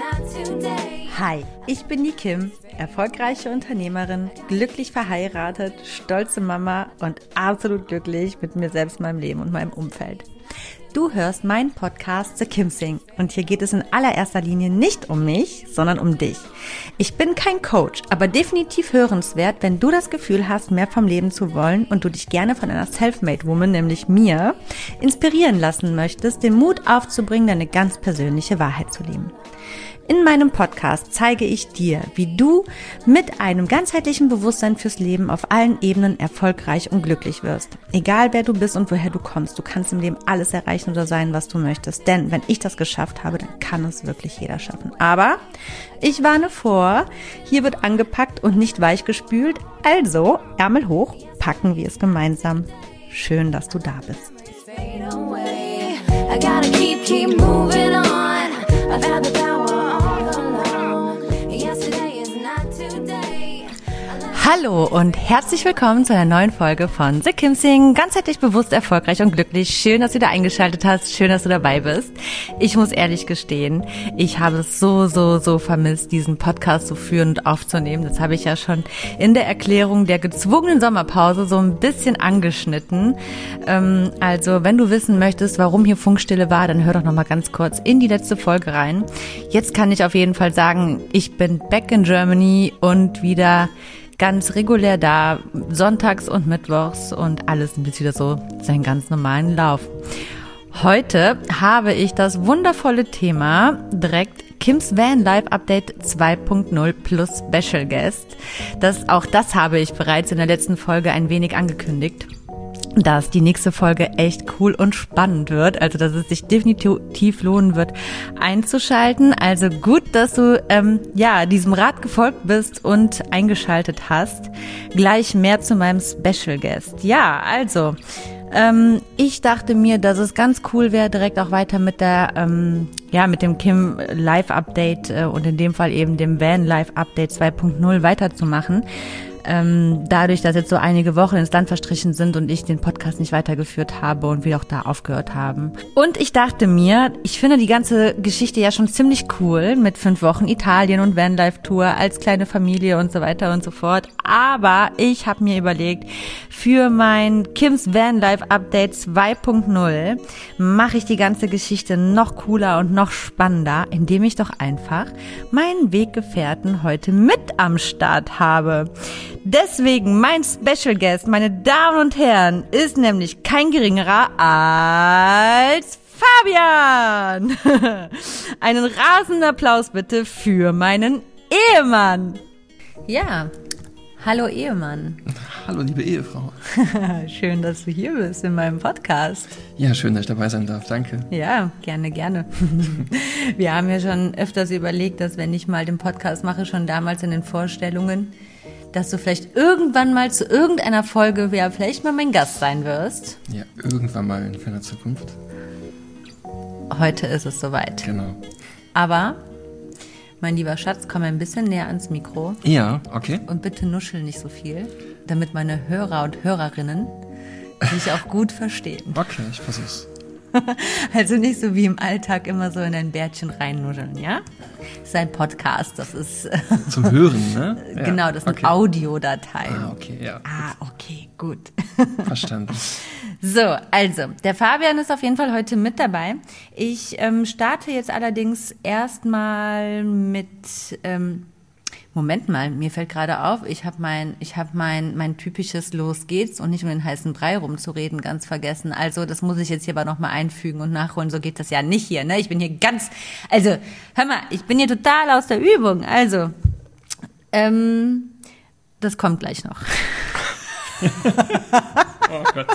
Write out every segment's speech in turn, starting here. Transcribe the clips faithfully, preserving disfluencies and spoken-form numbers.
Hi, ich bin die Kim, erfolgreiche Unternehmerin, glücklich verheiratet, stolze Mama und absolut glücklich mit mir selbst, meinem Leben und meinem Umfeld. Du hörst meinen Podcast The Kim Sing und hier geht es in allererster Linie nicht um mich, sondern um dich. Ich bin kein Coach, aber definitiv hörenswert, wenn du das Gefühl hast, mehr vom Leben zu wollen und du dich gerne von einer Selfmade-Woman, nämlich mir, inspirieren lassen möchtest, den Mut aufzubringen, deine ganz persönliche Wahrheit zu leben. In meinem Podcast zeige ich dir, wie du mit einem ganzheitlichen Bewusstsein fürs Leben auf allen Ebenen erfolgreich und glücklich wirst. Egal wer du bist und woher du kommst, du kannst im Leben alles erreichen oder sein, was du möchtest. Denn wenn ich das geschafft habe, dann kann es wirklich jeder schaffen. Aber ich warne vor, hier wird angepackt und nicht weichgespült. Also Ärmel hoch, packen wir es gemeinsam. Schön, dass du da bist. Hallo und herzlich willkommen zu einer neuen Folge von The Kim Sing. Ganzheitlich bewusst, erfolgreich und glücklich. Schön, dass du da eingeschaltet hast. Schön, dass du dabei bist. Ich muss ehrlich gestehen, ich habe es so, so, so vermisst, diesen Podcast zu führen und aufzunehmen. Das habe ich ja schon in der Erklärung der gezwungenen Sommerpause so ein bisschen angeschnitten. Ähm, also, wenn du wissen möchtest, warum hier Funkstille war, dann hör doch noch mal ganz kurz in die letzte Folge rein. Jetzt kann ich auf jeden Fall sagen, ich bin back in Germany und wieder ganz regulär da, sonntags und mittwochs und alles nimmt wieder so seinen ganz normalen Lauf. Heute habe ich das wundervolle Thema direkt Kims Van Life Update zwei Punkt null plus Special Guest. Das, auch das habe ich bereits in der letzten Folge ein wenig angekündigt, dass die nächste Folge echt cool und spannend wird, also dass es sich definitiv lohnen wird, einzuschalten. Also gut, dass du ähm, ja diesem Rat gefolgt bist und eingeschaltet hast. Gleich mehr zu meinem Special Guest. Ja, also ähm, ich dachte mir, dass es ganz cool wäre, direkt auch weiter mit der ähm, ja mit dem Kim Live Update äh, und in dem Fall eben dem Van Live Update zwei Punkt null weiterzumachen. Ähm, dadurch, dass jetzt so einige Wochen ins Land verstrichen sind und ich den Podcast nicht weitergeführt habe und wir auch da aufgehört haben. Und ich dachte mir, ich finde die ganze Geschichte ja schon ziemlich cool mit fünf Wochen Italien und Vanlife-Tour als kleine Familie und so weiter und so fort. Aber ich habe mir überlegt, für mein Kims Vanlife Update zwei Punkt null mache ich die ganze Geschichte noch cooler und noch spannender, indem ich doch einfach meinen Weggefährten heute mit am Start habe. Deswegen mein Special Guest, meine Damen und Herren, ist nämlich kein geringerer als Fabian. Einen rasenden Applaus bitte für meinen Ehemann. Ja, hallo Ehemann. Hallo liebe Ehefrau. Schön, dass du hier bist in meinem Podcast. Ja, schön, dass ich dabei sein darf. Danke. Ja, gerne, gerne. Wir haben ja schon öfters überlegt, dass wenn ich mal den Podcast mache, schon damals in den Vorstellungen, dass du vielleicht irgendwann mal zu irgendeiner Folge, wer vielleicht mal mein Gast sein wirst. Ja, irgendwann mal in ferner Zukunft. Heute ist es soweit. Genau. Aber, mein lieber Schatz, komm ein bisschen näher ans Mikro. Ja, okay. Und bitte nuschel nicht so viel, damit meine Hörer und Hörerinnen dich auch gut verstehen. Okay, ich versuch's. Also nicht so wie im Alltag immer so in ein Bärtchen reinnuscheln, ja? Das ist ein Podcast, das ist zum Hören, ne? Ja, genau, das sind okay. Audiodateien. Ah, okay, ja. Ah, okay, gut. Verstanden. So, also, der Fabian ist auf jeden Fall heute mit dabei. Ich ähm, starte jetzt allerdings erstmal mit ähm, Moment mal, mir fällt gerade auf, ich habe mein, ich habe mein, mein typisches Los geht's und nicht um den heißen Brei rumzureden ganz vergessen. Also das muss ich jetzt hier aber nochmal einfügen und nachholen. So geht das ja nicht hier, ne? Ich bin hier ganz, also hör mal, ich bin hier total aus der Übung. Also, ähm, das kommt gleich noch. Oh Gott.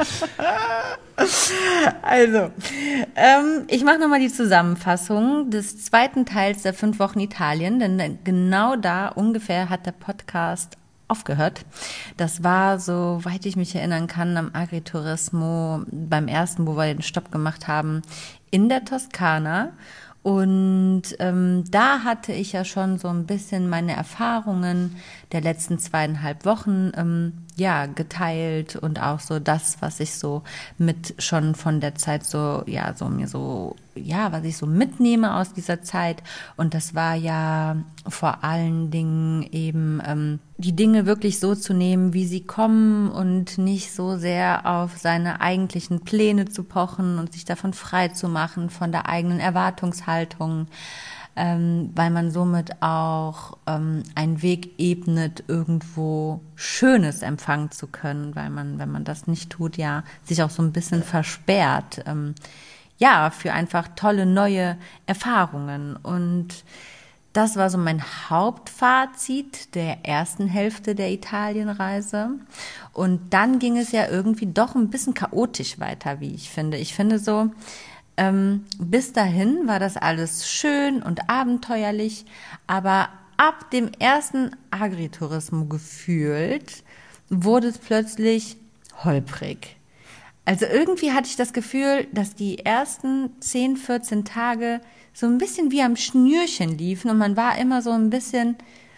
Also, ähm, ich mache nochmal die Zusammenfassung des zweiten Teils der fünf Wochen Italien, denn genau da ungefähr hat der Podcast aufgehört. Das war, soweit ich mich erinnern kann, am Agriturismo beim ersten, wo wir den Stopp gemacht haben, in der Toskana. Und ähm, da hatte ich ja schon so ein bisschen meine Erfahrungen der letzten zweieinhalb Wochen ähm, ja, geteilt und auch so das, was ich so mit schon von der Zeit so, ja, so mir so, ja, was ich so mitnehme aus dieser Zeit. Und das war ja vor allen Dingen eben ähm, die Dinge wirklich so zu nehmen, wie sie kommen und nicht so sehr auf seine eigentlichen Pläne zu pochen und sich davon frei zu machen, von der eigenen Erwartungshaltung. Ähm, weil man somit auch ähm, einen Weg ebnet, irgendwo Schönes empfangen zu können, weil man, wenn man das nicht tut, ja, sich auch so ein bisschen versperrt, ähm, ja, für einfach tolle neue Erfahrungen. Und das war so mein Hauptfazit der ersten Hälfte der Italienreise. Und dann ging es ja irgendwie doch ein bisschen chaotisch weiter, wie ich finde. Ich finde so, Ähm, bis dahin war das alles schön und abenteuerlich, aber ab dem ersten Agriturismo gefühlt wurde es plötzlich holprig. Also irgendwie hatte ich das Gefühl, dass die ersten zehn, vierzehn Tage so ein bisschen wie am Schnürchen liefen und man war immer so ein bisschen,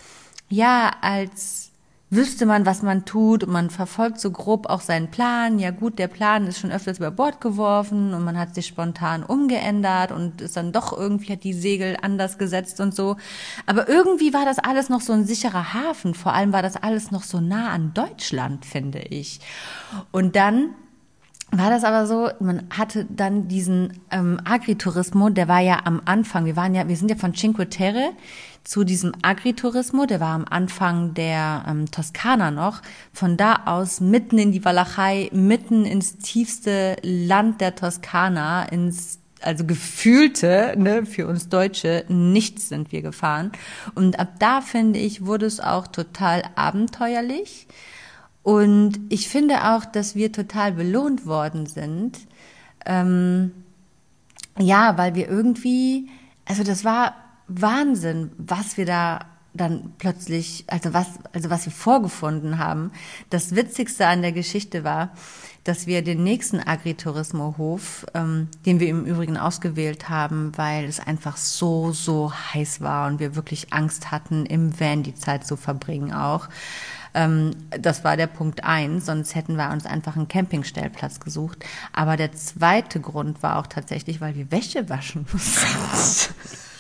ja, als wüsste man, was man tut und man verfolgt so grob auch seinen Plan. Ja gut, der Plan ist schon öfters über Bord geworfen und man hat sich spontan umgeändert und ist dann doch irgendwie, hat die Segel anders gesetzt und so. Aber irgendwie war das alles noch so ein sicherer Hafen. Vor allem war das alles noch so nah an Deutschland, finde ich. Und dann war das aber so, man hatte dann diesen ähm, Agriturismo, der war ja am Anfang, wir waren ja, wir sind ja von Cinque Terre zu diesem Agriturismo, der war am Anfang der ähm, Toskana noch, von da aus mitten in die Walachei, mitten ins tiefste Land der Toskana, ins also gefühlte, ne, für uns Deutsche, nichts sind wir gefahren. Und ab da, finde ich, wurde es auch total abenteuerlich. Und ich finde auch, dass wir total belohnt worden sind. Ähm, ja, weil wir irgendwie, also das war Wahnsinn, was wir da dann plötzlich, also was, also was wir vorgefunden haben. Das Witzigste an der Geschichte war, dass wir den nächsten Agriturismo-Hof, ähm, den wir im Übrigen ausgewählt haben, weil es einfach so, so heiß war und wir wirklich Angst hatten, im Van die Zeit zu verbringen auch. Ähm, das war der Punkt eins, sonst hätten wir uns einfach einen Campingstellplatz gesucht. Aber der zweite Grund war auch tatsächlich, weil wir Wäsche waschen mussten.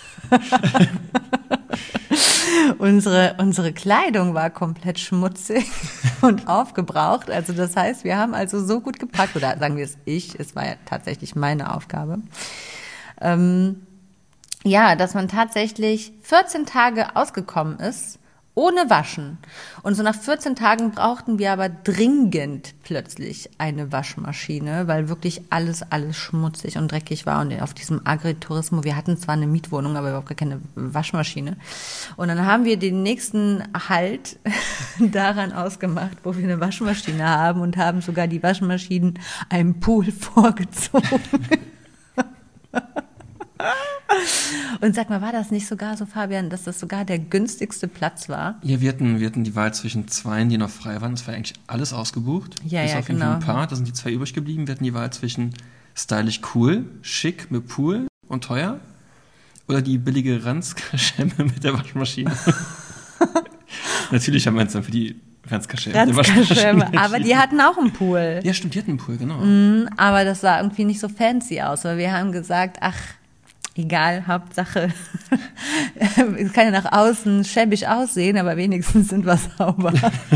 unsere, unsere Kleidung war komplett schmutzig und aufgebraucht. Also das heißt, wir haben also so gut gepackt, oder sagen wir es ich, es war ja tatsächlich meine Aufgabe. Ähm, ja, dass man tatsächlich vierzehn Tage ausgekommen ist, ohne Waschen. Und so nach vierzehn Tagen brauchten wir aber dringend plötzlich eine Waschmaschine, weil wirklich alles, alles schmutzig und dreckig war. Und auf diesem Agriturismo, wir hatten zwar eine Mietwohnung, aber überhaupt gar keine Waschmaschine. Und dann haben wir den nächsten Halt daran ausgemacht, wo wir eine Waschmaschine haben und haben sogar die Waschmaschinen einem Pool vorgezogen. Und sag mal, war das nicht sogar so, Fabian, dass das sogar der günstigste Platz war? Ja, wir hatten, wir hatten die Wahl zwischen zwei, die noch frei waren. Das war eigentlich alles ausgebucht. Ja, Bis ja, auf jeden genau. Fall ein paar, da sind die zwei übrig geblieben. Wir hatten die Wahl zwischen stylisch cool, schick mit Pool und teuer oder die billige Ranzkaschemme mit der Waschmaschine. Natürlich haben wir uns dann für die Ranzkaschemme. Ranzkaschemme, aber die hatten auch einen Pool. Ja, stimmt, die hatten einen Pool, genau. Mm, aber das sah irgendwie nicht so fancy aus, weil wir haben gesagt, ach, egal, Hauptsache, es kann ja nach außen schäbig aussehen, aber wenigstens sind wir sauber.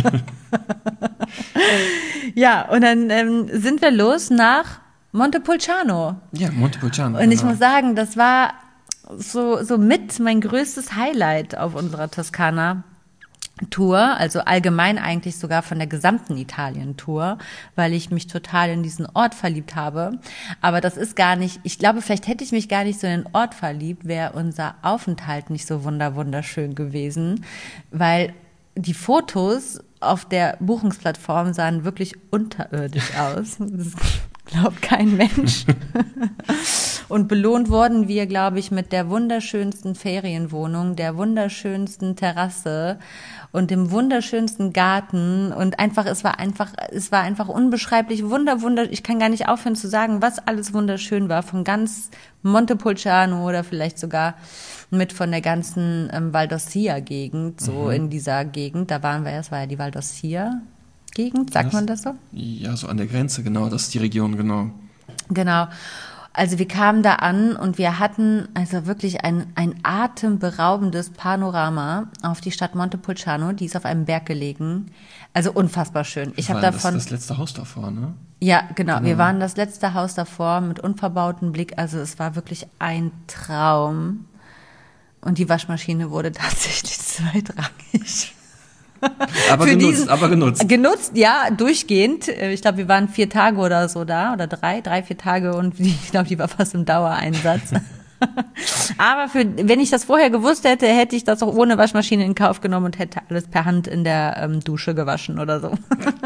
Ja, und dann ähm, sind wir los nach Montepulciano. Ja, Montepulciano. Und ich genau. muss sagen, das war so, so mit mein größtes Highlight auf unserer Toskana. Tour, also allgemein eigentlich sogar von der gesamten Italien-Tour, weil ich mich total in diesen Ort verliebt habe. Aber das ist gar nicht, ich glaube, vielleicht hätte ich mich gar nicht so in den Ort verliebt, wäre unser Aufenthalt nicht so wunder wunderschön gewesen, weil die Fotos auf der Buchungsplattform sahen wirklich unterirdisch aus. Das glaubt kein Mensch. Und belohnt wurden wir, glaube ich, mit der wunderschönsten Ferienwohnung, der wunderschönsten Terrasse und dem wunderschönsten Garten. Und einfach, es war einfach, es war einfach unbeschreiblich wunder, wunder. Ich kann gar nicht aufhören zu sagen, was alles wunderschön war. Von ganz Montepulciano oder vielleicht sogar mit von der ganzen ähm, Val d'Ossia-Gegend, so mhm. in dieser Gegend. Da waren wir, es war ja die Val d'Ossia. Gegend, sagt das, man das so? Ja, so an der Grenze, genau, das ist die Region, genau. Genau. Also wir kamen da an und wir hatten also wirklich ein, ein atemberaubendes Panorama auf die Stadt Montepulciano, die ist auf einem Berg gelegen. Also unfassbar schön. Ich habe davon das, das letzte Haus davor, ne? Ja, genau. Genau. Wir waren das letzte Haus davor mit unverbautem Blick. Also es war wirklich ein Traum. Und die Waschmaschine wurde tatsächlich zweitrangig. Aber Für genutzt, diesen- aber genutzt. Genutzt, ja, durchgehend. Ich glaube, wir waren vier Tage oder so da oder drei, drei, vier Tage und die- ich glaube, die war fast im Dauereinsatz. Aber für, wenn ich das vorher gewusst hätte, hätte ich das auch ohne Waschmaschine in Kauf genommen und hätte alles per Hand in der ähm, Dusche gewaschen oder so.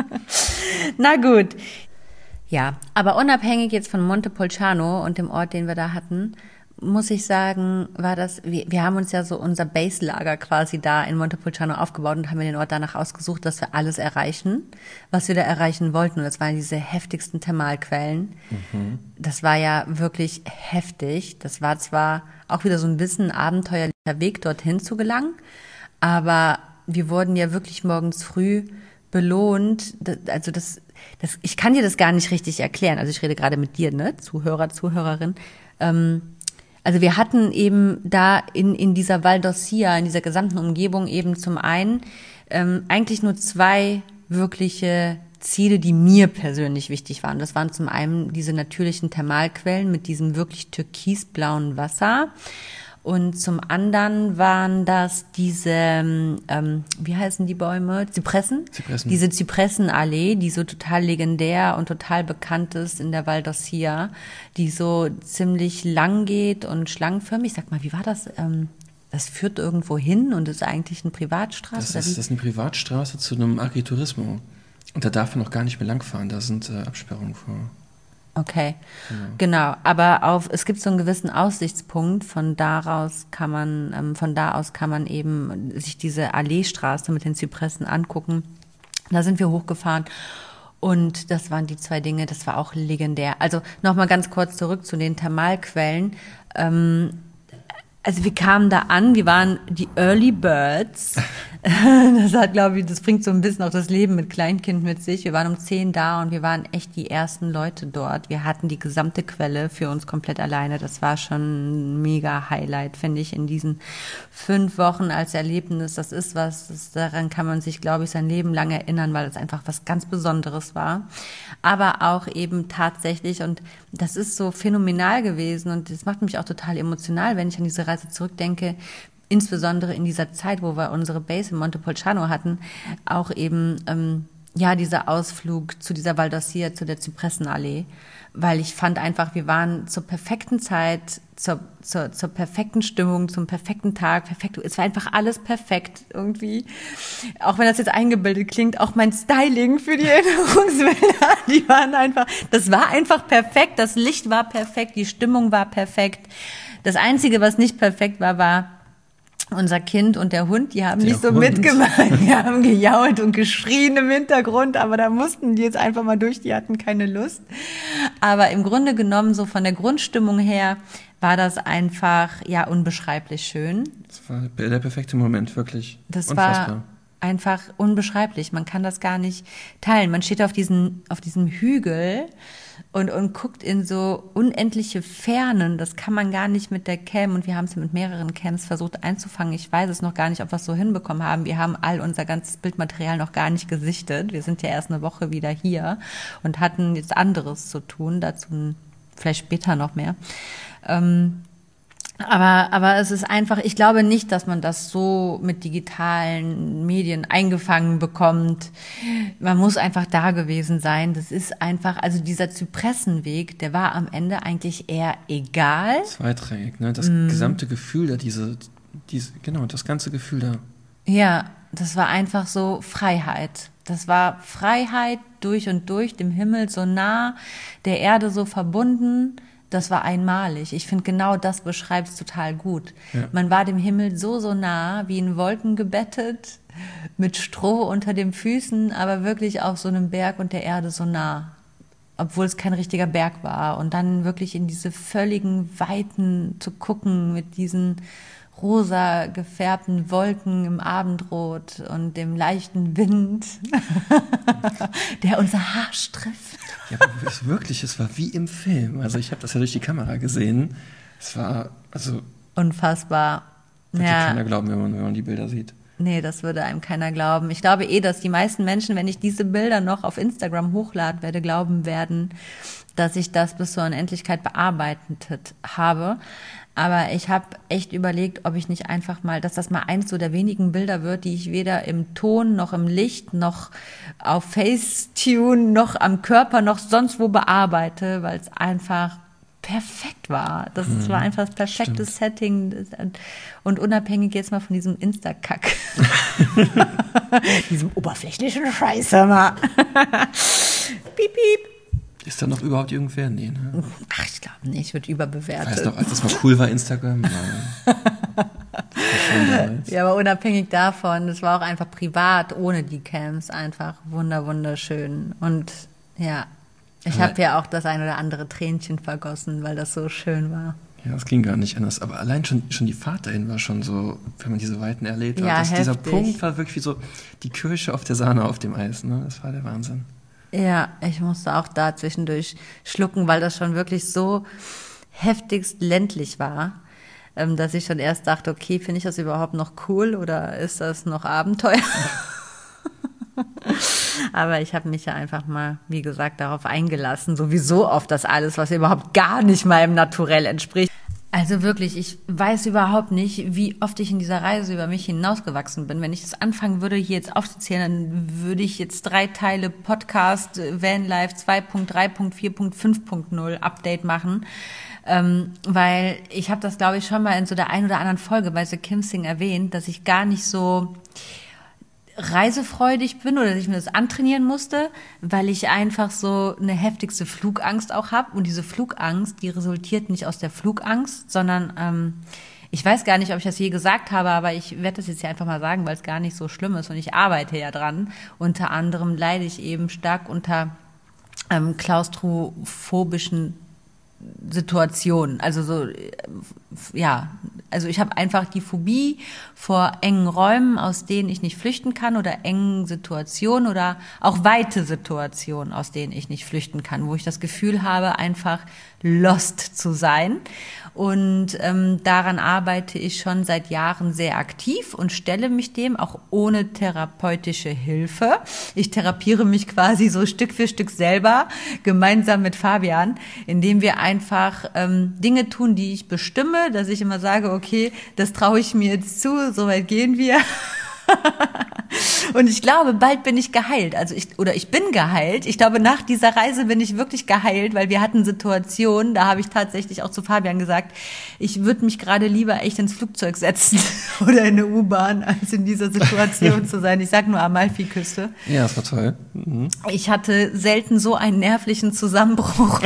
Na gut. Ja, aber unabhängig jetzt von Montepulciano und dem Ort, den wir da hatten, muss ich sagen, war das, wir, wir haben uns ja so unser Baselager quasi da in Montepulciano aufgebaut und haben mir den Ort danach ausgesucht, dass wir alles erreichen, was wir da erreichen wollten. Und das waren diese heftigsten Thermalquellen. Mhm. Das war ja wirklich heftig. Das war zwar auch wieder so ein bisschen abenteuerlicher Weg, dorthin zu gelangen, aber wir wurden ja wirklich morgens früh belohnt. Also das, das, ich kann dir das gar nicht richtig erklären. Also ich rede gerade mit dir, ne, Zuhörer, Zuhörerin. Ähm, Also wir hatten eben da in, in dieser Val d'Ossia, in dieser gesamten Umgebung eben zum einen ähm, eigentlich nur zwei wirkliche Ziele, die mir persönlich wichtig waren. Das waren zum einen diese natürlichen Thermalquellen mit diesem wirklich türkisblauen Wasser. Und zum anderen waren das diese, ähm, wie heißen die Bäume? Zypressen? Zypressen. Diese Zypressenallee, die so total legendär und total bekannt ist in der Val d'Ossia, die so ziemlich lang geht und schlangenförmig. Sag mal, wie war das? Ähm, das führt irgendwo hin und ist eigentlich eine Privatstraße? Das oder ist, wie? das ist eine Privatstraße zu einem Agriturismo. Und da darf man noch gar nicht mehr langfahren, da sind äh, Absperrungen vor. Okay, Genau. genau. Aber auf, es gibt so einen gewissen Aussichtspunkt. Von daraus kann man, ähm, von da aus kann man eben sich diese Alleestraße mit den Zypressen angucken. Da sind wir hochgefahren. Und das waren die zwei Dinge, das war auch legendär. Also nochmal ganz kurz zurück zu den Thermalquellen. Ähm, Also wir kamen da an, wir waren die Early Birds. Das hat, glaube ich, das bringt so ein bisschen auch das Leben mit Kleinkind mit sich. Wir waren um zehn da und wir waren echt die ersten Leute dort. Wir hatten die gesamte Quelle für uns komplett alleine. Das war schon ein mega Highlight, finde ich, in diesen fünf Wochen als Erlebnis. Das ist was, das, daran kann man sich, glaube ich, sein Leben lang erinnern, weil es einfach was ganz Besonderes war. Aber auch eben tatsächlich, und das ist so phänomenal gewesen und das macht mich auch total emotional, wenn ich an diese Reise zurückdenke, insbesondere in dieser Zeit, wo wir unsere Base in Montepulciano hatten, auch eben ähm, ja dieser Ausflug zu dieser Val d'Ossia, zu der Zypressenallee, weil ich fand einfach, wir waren zur perfekten Zeit, zur, zur, zur perfekten Stimmung, zum perfekten Tag, perfekt, es war einfach alles perfekt irgendwie. Auch wenn das jetzt eingebildet klingt, auch mein Styling für die Erinnerungsbilder, die waren einfach, das war einfach perfekt, das Licht war perfekt, die Stimmung war perfekt. Das Einzige, was nicht perfekt war, war unser Kind und der Hund, die haben Der nicht so Hund. mitgemacht. Die haben gejault und geschrien im Hintergrund, aber da mussten die jetzt einfach mal durch, die hatten keine Lust. Aber im Grunde genommen, so von der Grundstimmung her, war das einfach, ja, unbeschreiblich schön. Das war der perfekte Moment, wirklich. Das Unfassbar. war einfach unbeschreiblich. Man kann das gar nicht teilen. Man steht auf diesen, auf diesem Hügel und, und guckt in so unendliche Fernen. Das kann man gar nicht mit der Cam. Und wir haben es mit mehreren Cams versucht einzufangen. Ich weiß es noch gar nicht, ob wir es so hinbekommen haben. Wir haben all unser ganzes Bildmaterial noch gar nicht gesichtet. Wir sind ja erst eine Woche wieder hier und hatten jetzt anderes zu tun. Dazu vielleicht später noch mehr. Ähm, Aber, aber es ist einfach, ich glaube nicht, dass man das so mit digitalen Medien eingefangen bekommt. Man muss einfach da gewesen sein. Das ist einfach, also dieser Zypressenweg, der war am Ende eigentlich eher egal. Zweitrangig, ne? Das Mm. gesamte Gefühl da, diese, diese, genau, das ganze Gefühl da. Ja, das war einfach so Freiheit. Das war Freiheit durch und durch, dem Himmel so nah, der Erde so verbunden. Das war einmalig. Ich finde, genau das beschreibt es total gut. Ja. Man war dem Himmel so, so nah, wie in Wolken gebettet, mit Stroh unter den Füßen, aber wirklich auf so einem Berg und der Erde so nah, obwohl es kein richtiger Berg war. Und dann wirklich in diese völligen Weiten zu gucken mit diesen rosa gefärbten Wolken im Abendrot und dem leichten Wind, der unser Haar trifft. Ja, aber es wirklich, es war wie im Film. Also ich habe das ja durch die Kamera gesehen. Es war, also... Unfassbar. Wird ja. dir keiner glauben, wenn man, wenn man die Bilder sieht. Nee, das würde einem keiner glauben. Ich glaube eh, dass die meisten Menschen, wenn ich diese Bilder noch auf Instagram hochladen werde, glauben werden, dass ich das bis zur Unendlichkeit bearbeitet habe. Aber ich habe echt überlegt, ob ich nicht einfach mal, dass das mal eins so der wenigen Bilder wird, die ich weder im Ton noch im Licht noch auf Facetune noch am Körper noch sonst wo bearbeite, weil es einfach perfekt war. Das hm, war einfach das perfekte stimmt. Setting und unabhängig jetzt mal von diesem Insta-Kack. diesem oberflächlichen Scheiße mal. Piep, piep. Ist da noch überhaupt irgendwer? Nee, ne? Ach, ich glaube nicht, wird überbewertet. Weißt du noch, als das mal cool war, Instagram? Nein. Ja, aber unabhängig davon, es war auch einfach privat, ohne die Cams, einfach wunder, wunderschön. Und ja, ich habe ja auch das ein oder andere Tränchen vergossen, weil das so schön war. Ja, das ging gar nicht anders. Aber allein schon, schon die Fahrt dahin war schon so, wenn man diese Weiten erlebt hat. Ja, das, dieser heftig. Punkt war wirklich wie so die Kirsche auf der Sahne auf dem Eis. Ne? Das war der Wahnsinn. Ja, ich musste auch da zwischendurch schlucken, weil das schon wirklich so heftigst ländlich war, dass ich schon erst dachte, okay, finde ich das überhaupt noch cool oder ist das noch Abenteuer? Aber ich habe mich ja einfach mal, wie gesagt, darauf eingelassen, sowieso auf das alles, was überhaupt gar nicht meinem Naturell entspricht. Also wirklich, ich weiß überhaupt nicht, wie oft ich in dieser Reise über mich hinausgewachsen bin. Wenn ich das anfangen würde, hier jetzt aufzuzählen, dann würde ich jetzt drei Teile Podcast, Vanlife zwei Punkt drei Punkt vier Punkt fünf Punkt null Update machen. Ähm, weil ich habe das, glaube ich, schon mal in so der ein oder anderen Folge bei The Kim Sing erwähnt, dass ich gar nicht so reisefreudig bin oder dass ich mir das antrainieren musste, weil ich einfach so eine heftigste Flugangst auch habe. Und diese Flugangst, die resultiert nicht aus der Flugangst, sondern ähm, ich weiß gar nicht, ob ich das je gesagt habe, aber ich werde das jetzt hier einfach mal sagen, weil es gar nicht so schlimm ist und ich arbeite ja dran. Unter anderem leide ich eben stark unter ähm, klaustrophobischen Situationen. Also so, ja, also ich habe einfach die Phobie vor engen Räumen, aus denen ich nicht flüchten kann oder engen Situationen oder auch weite Situationen, aus denen ich nicht flüchten kann, wo ich das Gefühl habe, einfach lost zu sein. Und ähm, daran arbeite ich schon seit Jahren sehr aktiv und stelle mich dem auch ohne therapeutische Hilfe. Ich therapiere mich quasi so Stück für Stück selber, gemeinsam mit Fabian, indem wir einfach ähm, Dinge tun, die ich bestimme, dass ich immer sage, okay, das traue ich mir jetzt zu, soweit gehen wir. Und ich glaube, bald bin ich geheilt. Also ich, oder ich bin geheilt. Ich glaube, nach dieser Reise bin ich wirklich geheilt, weil wir hatten Situationen, da habe ich tatsächlich auch zu Fabian gesagt, ich würde mich gerade lieber echt ins Flugzeug setzen oder in eine U-Bahn, als in dieser Situation zu sein. Ich sag nur Amalfiküste. Ja, das war toll. Mhm. Ich hatte selten so einen nervlichen Zusammenbruch.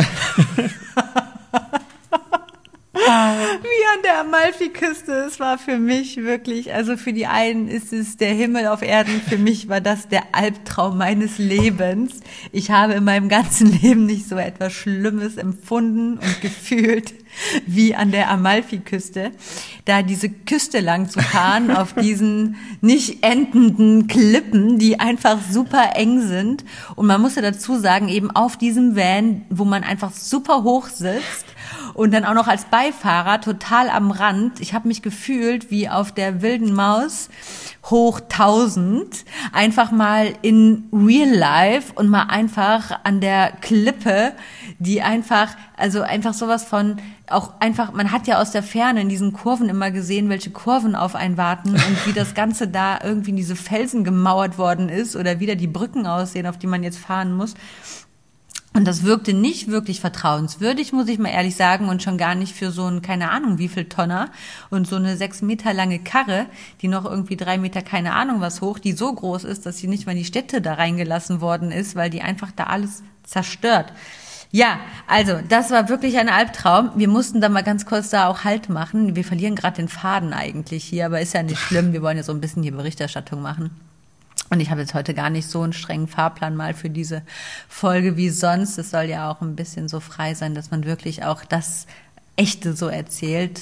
Wie an der Amalfiküste. Es war für mich wirklich, also für die einen ist es der Himmel auf Erden, für mich war das der Albtraum meines Lebens. Ich habe in meinem ganzen Leben nicht so etwas Schlimmes empfunden und gefühlt wie an der Amalfiküste. Da diese Küste lang zu fahren auf diesen nicht endenden Klippen, die einfach super eng sind. Und man muss ja dazu sagen, eben auf diesem Van, wo man einfach super hoch sitzt, und dann auch noch als Beifahrer total am Rand. Ich habe mich gefühlt wie auf der wilden Maus hoch tausend, einfach mal in real life und mal einfach an der Klippe, die einfach, also einfach sowas von, auch einfach, man hat ja aus der Ferne in diesen Kurven immer gesehen, welche Kurven auf einen warten und wie das Ganze da irgendwie in diese Felsen gemauert worden ist oder wie da die Brücken aussehen, auf die man jetzt fahren muss. Und das wirkte nicht wirklich vertrauenswürdig, muss ich mal ehrlich sagen, und schon gar nicht für so einen, keine Ahnung, wie viel Tonner und so eine sechs Meter lange Karre, die noch irgendwie drei Meter, keine Ahnung was hoch, die so groß ist, dass sie nicht mal in die Städte da reingelassen worden ist, weil die einfach da alles zerstört. Ja, also das war wirklich ein Albtraum. Wir mussten da mal ganz kurz da auch Halt machen. Wir verlieren gerade den Faden eigentlich hier, aber ist ja nicht schlimm. Wir wollen ja so ein bisschen hier Berichterstattung machen. Und ich habe jetzt heute gar nicht so einen strengen Fahrplan mal für diese Folge wie sonst. Es soll ja auch ein bisschen so frei sein, dass man wirklich auch das Echte so erzählt.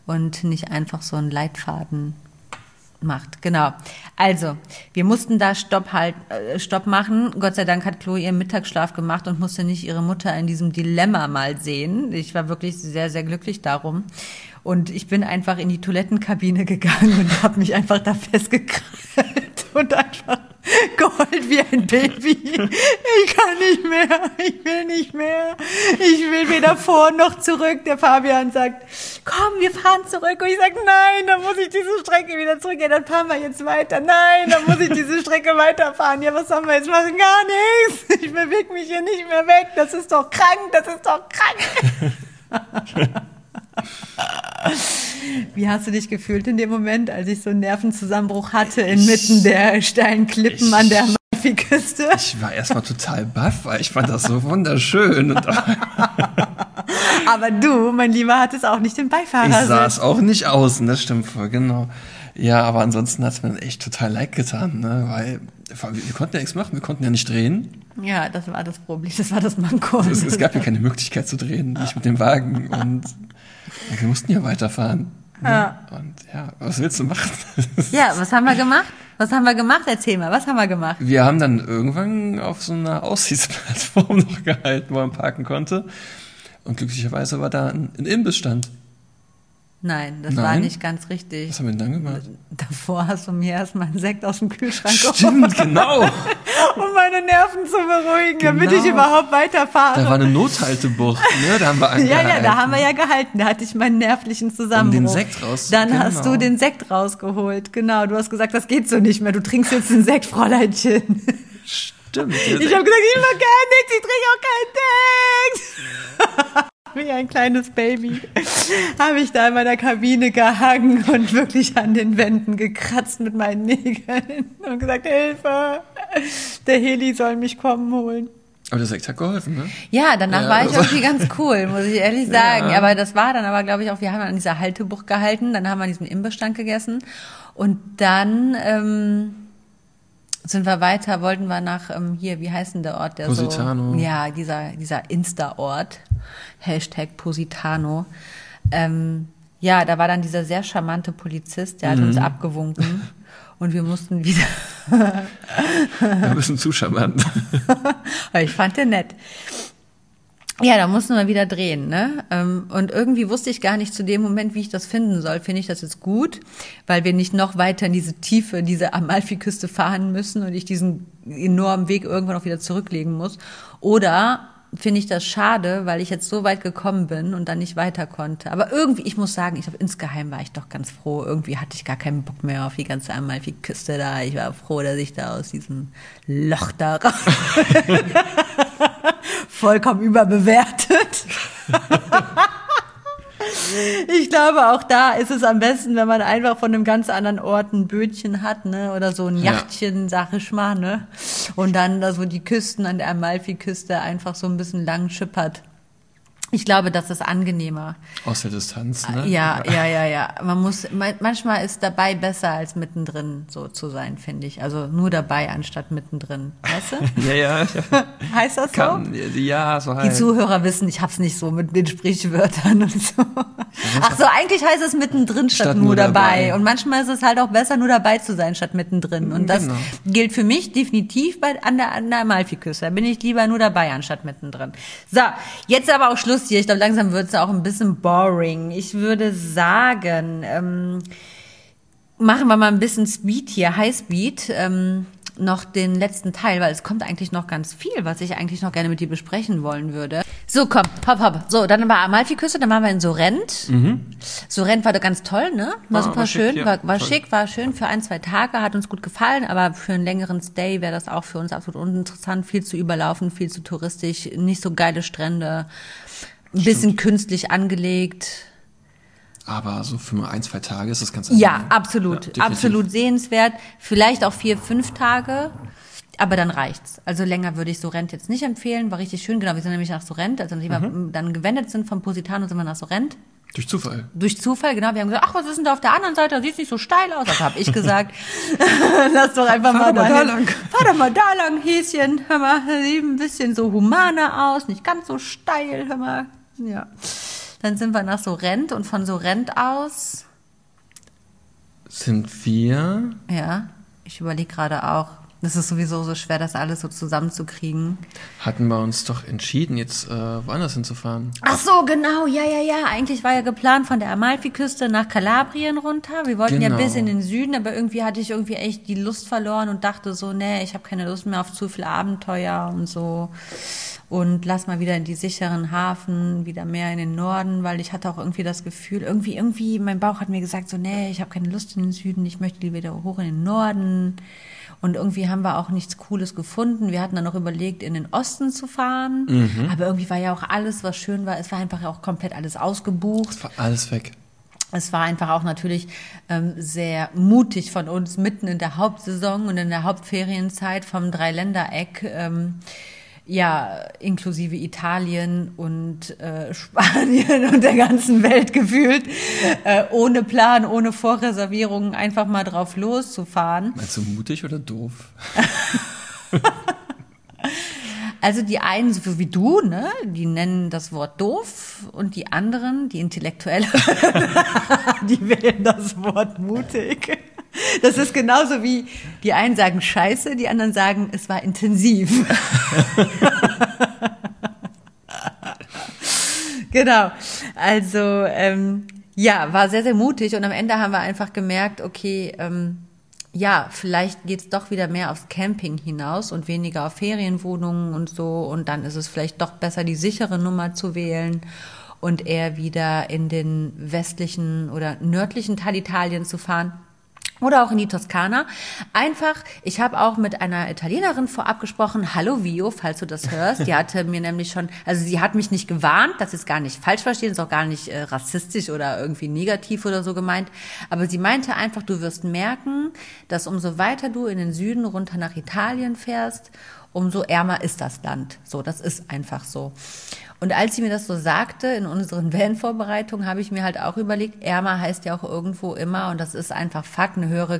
und nicht einfach so einen Leitfaden macht. Genau. Also, wir mussten da Stopp halt, äh, Stopp machen. Gott sei Dank hat Chloe ihren Mittagsschlaf gemacht und musste nicht ihre Mutter in diesem Dilemma mal sehen. Ich war wirklich sehr, sehr glücklich darum. Und ich bin einfach in die Toilettenkabine gegangen und habe mich einfach da festgekrallt und einfach geheult wie ein Baby. Ich kann nicht mehr, ich will nicht mehr. Ich will weder vor noch zurück. Der Fabian sagt, komm, wir fahren zurück. Und ich sage, nein, dann muss ich diese Strecke wieder zurückgehen. Dann fahren wir jetzt weiter. Nein, dann muss ich diese Strecke weiterfahren. Ja, was sollen wir jetzt machen? Gar nichts. Ich bewege mich hier nicht mehr weg. Das ist doch krank, das ist doch krank. Wie hast du dich gefühlt in dem Moment, als ich so einen Nervenzusammenbruch hatte inmitten ich, der steilen Klippen ich, an der Amalfiküste? Ich war erstmal total baff, weil ich fand das so wunderschön. Und aber du, mein Lieber, hattest auch nicht den Beifahrersitz. Ich saß auch nicht außen, das stimmt voll, genau. Ja, aber ansonsten hat es mir echt total leid getan, ne? Weil wir, wir konnten ja nichts machen, wir konnten ja nicht drehen. Ja, das war das Problem, das war das Manko. Es, es gab ja keine Möglichkeit zu drehen, nicht mit dem Wagen und wir mussten ja weiterfahren. Ne? Ja. Und ja, was willst du machen? Ja, was haben wir gemacht? Was haben wir gemacht? Erzähl mal, was haben wir gemacht? Wir haben dann irgendwann auf so einer Aussichtsplattform noch gehalten, wo man parken konnte. Und glücklicherweise war da ein, ein Imbissstand. Nein, das Nein? war nicht ganz richtig. Was haben wir denn dann gemacht? Davor hast du mir erstmal einen Sekt aus dem Kühlschrank geholt. Stimmt, genau. Um meine Nerven zu beruhigen, genau. damit ich überhaupt weiterfahre. Da war eine Nothaltebucht, ne? Da haben wir angehalten. Ja, ja, da haben wir ja gehalten. Da hatte ich meinen nervlichen Zusammenbruch. Um den Sekt raus. Dann genau. hast du den Sekt rausgeholt. Genau, du hast gesagt, das geht so nicht mehr. Du trinkst jetzt den Sekt, Fräuleinchen. Stimmt. Ich habe gesagt, ich mag gar nichts, ich trinke auch keinen Sekt. Wie ein kleines Baby habe ich da in meiner Kabine gehangen und wirklich an den Wänden gekratzt mit meinen Nägeln und gesagt, Hilfe, der Heli soll mich kommen holen. Aber der Sekt hat geholfen, ne? Ja, danach ja, war ich irgendwie ganz cool, muss ich ehrlich sagen. Ja. Aber das war dann aber, glaube ich, auch, wir haben an dieser Haltebucht gehalten, dann haben wir an diesem Imbissstand gegessen und dann ähm, sind wir weiter, wollten wir nach, ähm, hier, wie heißt denn der Ort? Der Positano. So, ja, dieser, dieser Insta-Ort. Hashtag Positano. Ähm, ja, da war dann dieser sehr charmante Polizist, der hat mhm. uns abgewunken und wir mussten wieder... Ein bisschen zu charmant. Ich fand den nett. Ja, da mussten wir wieder drehen, ne? Und irgendwie wusste ich gar nicht zu dem Moment, wie ich das finden soll. Finde ich das jetzt gut, weil wir nicht noch weiter in diese Tiefe, in diese Amalfiküste fahren müssen und ich diesen enormen Weg irgendwann auch wieder zurücklegen muss. Oder finde ich das schade, weil ich jetzt so weit gekommen bin und dann nicht weiter konnte. Aber irgendwie, ich muss sagen, ich glaube, insgeheim war ich doch ganz froh. Irgendwie hatte ich gar keinen Bock mehr auf die ganze Amalfiküste da. Ich war froh, dass ich da aus diesem Loch da raus vollkommen überbewertet. Ich glaube, auch da ist es am besten, wenn man einfach von einem ganz anderen Ort ein Bötchen hat, ne, oder so ein Yachtchen, ja. sag ich mal, ne, und dann da so die Küsten an der Amalfiküste einfach so ein bisschen lang schippert. Ich glaube, das ist angenehmer. Aus der Distanz, ne? Ja, ja, ja, ja. Man muss, manchmal ist dabei besser als mittendrin so zu sein, finde ich. Also nur dabei anstatt mittendrin. Weißt du? Ja, ja. Heißt das Kann, so? Ja, so heißt. Die Zuhörer wissen, ich hab's nicht so mit den Sprichwörtern und so. Ach so, eigentlich heißt es mittendrin statt, statt nur, nur dabei. dabei. Und manchmal ist es halt auch besser, nur dabei zu sein statt mittendrin. Und das genau. gilt für mich definitiv bei, an der, an der Amalfiküste. Da bin ich lieber nur dabei anstatt mittendrin. So, jetzt aber auch Schluss hier. Ich glaube, langsam wird es auch ein bisschen boring. Ich würde sagen, ähm, machen wir mal ein bisschen Speed hier, Highspeed, ähm, noch den letzten Teil, weil es kommt eigentlich noch ganz viel, was ich eigentlich noch gerne mit dir besprechen wollen würde. So, komm, hopp, hopp. So, dann war Amalfiküste, dann waren wir in Sorrent. Mhm. Sorrent war doch ganz toll, ne? War ah, super war schön, schick, ja. war, war schick, war schön für ein, zwei Tage, hat uns gut gefallen, aber für einen längeren Stay wäre das auch für uns absolut uninteressant, viel zu überlaufen, viel zu touristisch, nicht so geile Strände, ein bisschen Stimmt. künstlich angelegt. Aber so für ein, zwei Tage ist das ganz Ja, angenehm. absolut. Ja, absolut sehenswert. Vielleicht auch vier, fünf Tage. Aber dann reicht's. Also länger würde ich Sorrent jetzt nicht empfehlen. War richtig schön. Genau, wir sind nämlich nach Sorrent. Also nachdem mhm. wir dann gewendet sind vom Positano, sind wir nach Sorrent. Durch Zufall. Durch Zufall, genau. Wir haben gesagt, ach, was ist denn da auf der anderen Seite? Da sieht's nicht so steil aus. Also habe ich gesagt, lass doch einfach Fahr mal, mal da lang. Fahr doch mal da lang, Häschen. Hör mal, sieht ein bisschen so humaner aus. Nicht ganz so steil, hör mal. Ja. Dann sind wir nach Sorrent und von Sorrent aus... Sind wir... Ja, ich überlege gerade auch. Das ist sowieso so schwer, das alles so zusammenzukriegen. Hatten wir uns doch entschieden, jetzt äh, woanders hinzufahren. Ach so, genau, ja, ja, ja. Eigentlich war ja geplant von der Amalfiküste nach Kalabrien runter. Wir wollten Genau. ja bis in den Süden, aber irgendwie hatte ich irgendwie echt die Lust verloren und dachte so, nee, ich habe keine Lust mehr auf zu viel Abenteuer und so. Und lass mal wieder in die sicheren Hafen, wieder mehr in den Norden, weil ich hatte auch irgendwie das Gefühl, irgendwie, irgendwie, mein Bauch hat mir gesagt so, nee, ich habe keine Lust in den Süden, ich möchte lieber wieder hoch in den Norden. Und irgendwie haben wir auch nichts Cooles gefunden. Wir hatten dann noch überlegt, in den Osten zu fahren. Mhm. Aber irgendwie war ja auch alles, was schön war, es war einfach auch komplett alles ausgebucht. Es war alles weg. Es war einfach auch natürlich ähm, sehr mutig von uns, mitten in der Hauptsaison und in der Hauptferienzeit vom Dreiländereck, ähm, ja, inklusive Italien und äh, Spanien und der ganzen Welt gefühlt, äh, ohne Plan, ohne Vorreservierungen einfach mal drauf loszufahren. Meinst du mutig oder doof? Also die einen, so wie du, ne, die nennen das Wort doof und die anderen, die Intellektuellen, die wählen das Wort mutig. Das ist genauso wie die einen sagen Scheiße, die anderen sagen, es war intensiv. Genau, also ähm, ja, war sehr, sehr mutig und am Ende haben wir einfach gemerkt, okay, ähm, ja, vielleicht geht's doch wieder mehr aufs Camping hinaus und weniger auf Ferienwohnungen und so und dann ist es vielleicht doch besser, die sichere Nummer zu wählen und eher wieder in den westlichen oder nördlichen Teil Italiens zu fahren. Oder auch in die Toskana. Einfach, ich habe auch mit einer Italienerin vorab gesprochen, hallo Vio, falls du das hörst. Die hatte mir nämlich schon, also sie hat mich nicht gewarnt, das ist gar nicht falsch verstehen, ist auch gar nicht äh, rassistisch oder irgendwie negativ oder so gemeint. Aber sie meinte einfach, du wirst merken, dass umso weiter du in den Süden runter nach Italien fährst, umso ärmer ist das Land. So, das ist einfach so. Und als sie mir das so sagte, in unseren Van-Vorbereitungen, habe ich mir halt auch überlegt, ärmer heißt ja auch irgendwo immer, und das ist einfach Fakt, eine höhere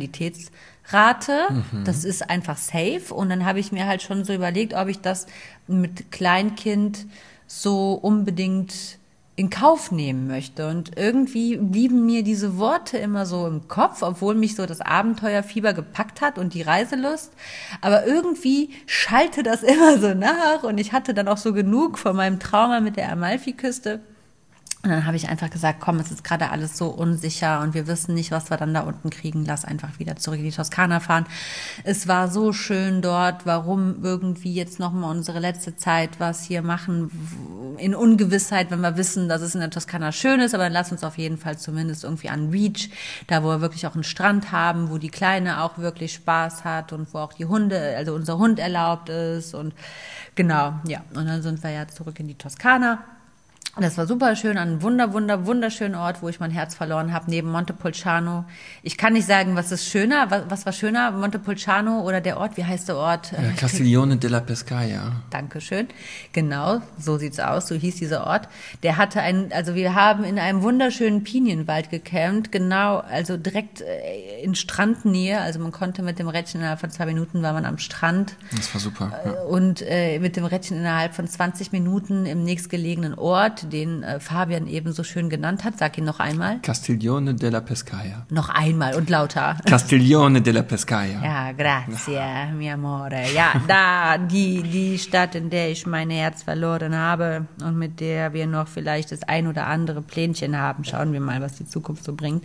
Kriminalitätsrate. Mhm. Das ist einfach safe. Und dann habe ich mir halt schon so überlegt, ob ich das mit Kleinkind so unbedingt in Kauf nehmen möchte. Und irgendwie blieben mir diese Worte immer so im Kopf, obwohl mich so das Abenteuerfieber gepackt hat und die Reiselust. Aber irgendwie schallte das immer so nach und ich hatte dann auch so genug von meinem Trauma mit der Amalfiküste. Und dann habe ich einfach gesagt, komm, es ist gerade alles so unsicher und wir wissen nicht, was wir dann da unten kriegen. Lass einfach wieder zurück in die Toskana fahren. Es war so schön dort. Warum irgendwie jetzt nochmal unsere letzte Zeit was hier machen in Ungewissheit, wenn wir wissen, dass es in der Toskana schön ist. Aber dann lass uns auf jeden Fall zumindest irgendwie an den Beach, da wo wir wirklich auch einen Strand haben, wo die Kleine auch wirklich Spaß hat und wo auch die Hunde, also unser Hund erlaubt ist. Und genau, ja. Und dann sind wir ja zurück in die Toskana. Das war super schön, ein wunder, wunder, wunderschönen Ort, wo ich mein Herz verloren habe, neben Montepulciano. Ich kann nicht sagen, was ist schöner, was, was war schöner, Montepulciano oder der Ort, wie heißt der Ort? Ja, Castiglione della Pescaia. Dankeschön. Genau, so sieht's aus, so hieß dieser Ort. Der hatte einen, also wir haben in einem wunderschönen Pinienwald gecampt, genau, also direkt in Strandnähe, also man konnte mit dem Rädchen innerhalb von zwei Minuten war man am Strand. Das war super. Ja. Und äh, mit dem Rädchen innerhalb von zwanzig Minuten im nächstgelegenen Ort, den äh, Fabian eben so schön genannt hat. Sag ihn noch einmal. Castiglione della Pescaia. Noch einmal und lauter. Castiglione della Pescaia. Ja, grazie, ja. mi amore. Ja, da, die, die Stadt, in der ich mein Herz verloren habe und mit der wir noch vielleicht das ein oder andere Plänchen haben. Schauen wir mal, was die Zukunft so bringt.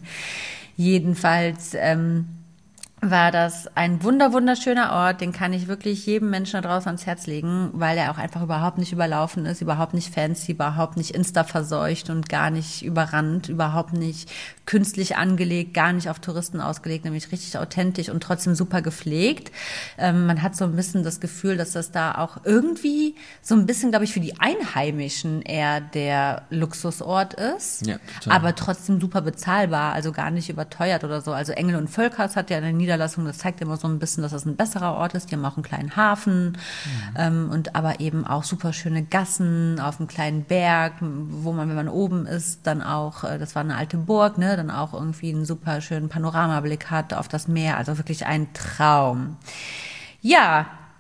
Jedenfalls, ähm, war das ein wunder, wunderschöner Ort, den kann ich wirklich jedem Menschen da draußen ans Herz legen, weil er auch einfach überhaupt nicht überlaufen ist, überhaupt nicht fancy, überhaupt nicht Insta-verseucht und gar nicht überrannt, überhaupt nicht künstlich angelegt, gar nicht auf Touristen ausgelegt, nämlich richtig authentisch und trotzdem super gepflegt. Ähm, man hat so ein bisschen das Gefühl, dass das da auch irgendwie so ein bisschen, glaube ich, für die Einheimischen eher der Luxusort ist, ja, total. Aber trotzdem super bezahlbar, also gar nicht überteuert oder so. Also Engel und Völkers hat ja eine Niederlassung, das zeigt immer so ein bisschen, dass das ein besserer Ort ist. Die haben auch einen kleinen Hafen, mhm. ähm, und aber eben auch super schöne Gassen auf einem kleinen Berg, wo man, wenn man oben ist, dann auch, äh, das war eine alte Burg, ne, dann auch irgendwie einen super schönen Panoramablick hat auf das Meer. Also wirklich ein Traum. Ja,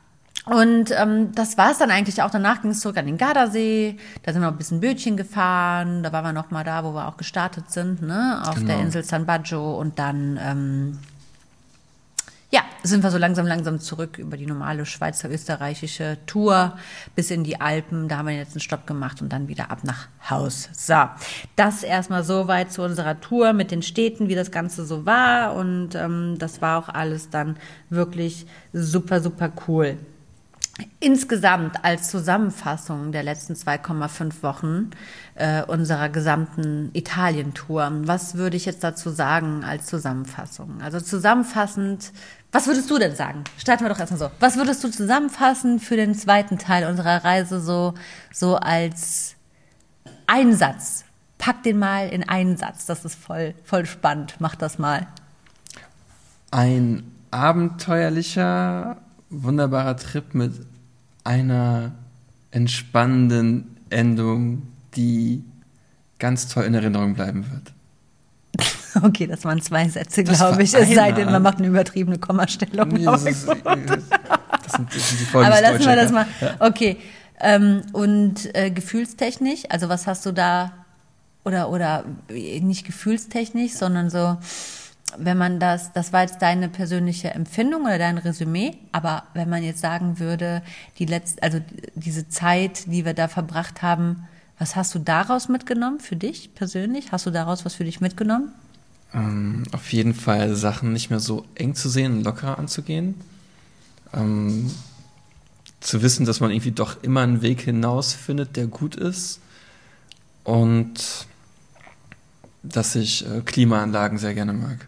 Und ähm, das war es dann eigentlich auch. Danach ging es zurück an den Gardasee. Da sind wir ein bisschen Bötchen gefahren. Da waren wir noch mal da, wo wir auch gestartet sind, ne, auf Genau. der Insel San Baggio. Und dann, ähm, ja, sind wir so langsam, langsam zurück über die normale schweizer-österreichische Tour bis in die Alpen. Da haben wir jetzt einen Stopp gemacht und dann wieder ab nach Haus. So, das erstmal soweit zu unserer Tour mit den Städten, wie das Ganze so war. Und ähm, das war auch alles dann wirklich super, super cool. Insgesamt als Zusammenfassung der letzten zwei Komma fünf Wochen äh, unserer gesamten Italien-Tour, was würde ich jetzt dazu sagen als Zusammenfassung? Also zusammenfassend, was würdest du denn sagen? Starten wir doch erstmal so. Was würdest du zusammenfassen für den zweiten Teil unserer Reise so, so als Einsatz? Pack den mal in einen Satz, das ist voll, voll spannend. Mach das mal. Ein abenteuerlicher, wunderbarer Trip mit einer entspannenden Endung, die ganz toll in Erinnerung bleiben wird. Okay, das waren zwei Sätze, Das glaube war ich. Es sei denn, einer. man macht eine übertriebene Kommastellung. Nee, das, ist, das, sind, das sind die Folgen Aber des lassen wir das mal. Deutschchecker. Okay. Ähm, und äh, gefühlstechnisch, also was hast du da, oder, oder nicht gefühlstechnisch, sondern so, wenn man das, das war jetzt deine persönliche Empfindung oder dein Resümee, aber wenn man jetzt sagen würde, die letzte, also diese Zeit, die wir da verbracht haben, was hast du daraus mitgenommen für dich persönlich? Hast du daraus was für dich mitgenommen? Ähm, auf jeden Fall Sachen nicht mehr so eng zu sehen und lockerer anzugehen. Ähm, zu wissen, dass man irgendwie doch immer einen Weg hinaus findet, der gut ist. Und dass ich äh, Klimaanlagen sehr gerne mag.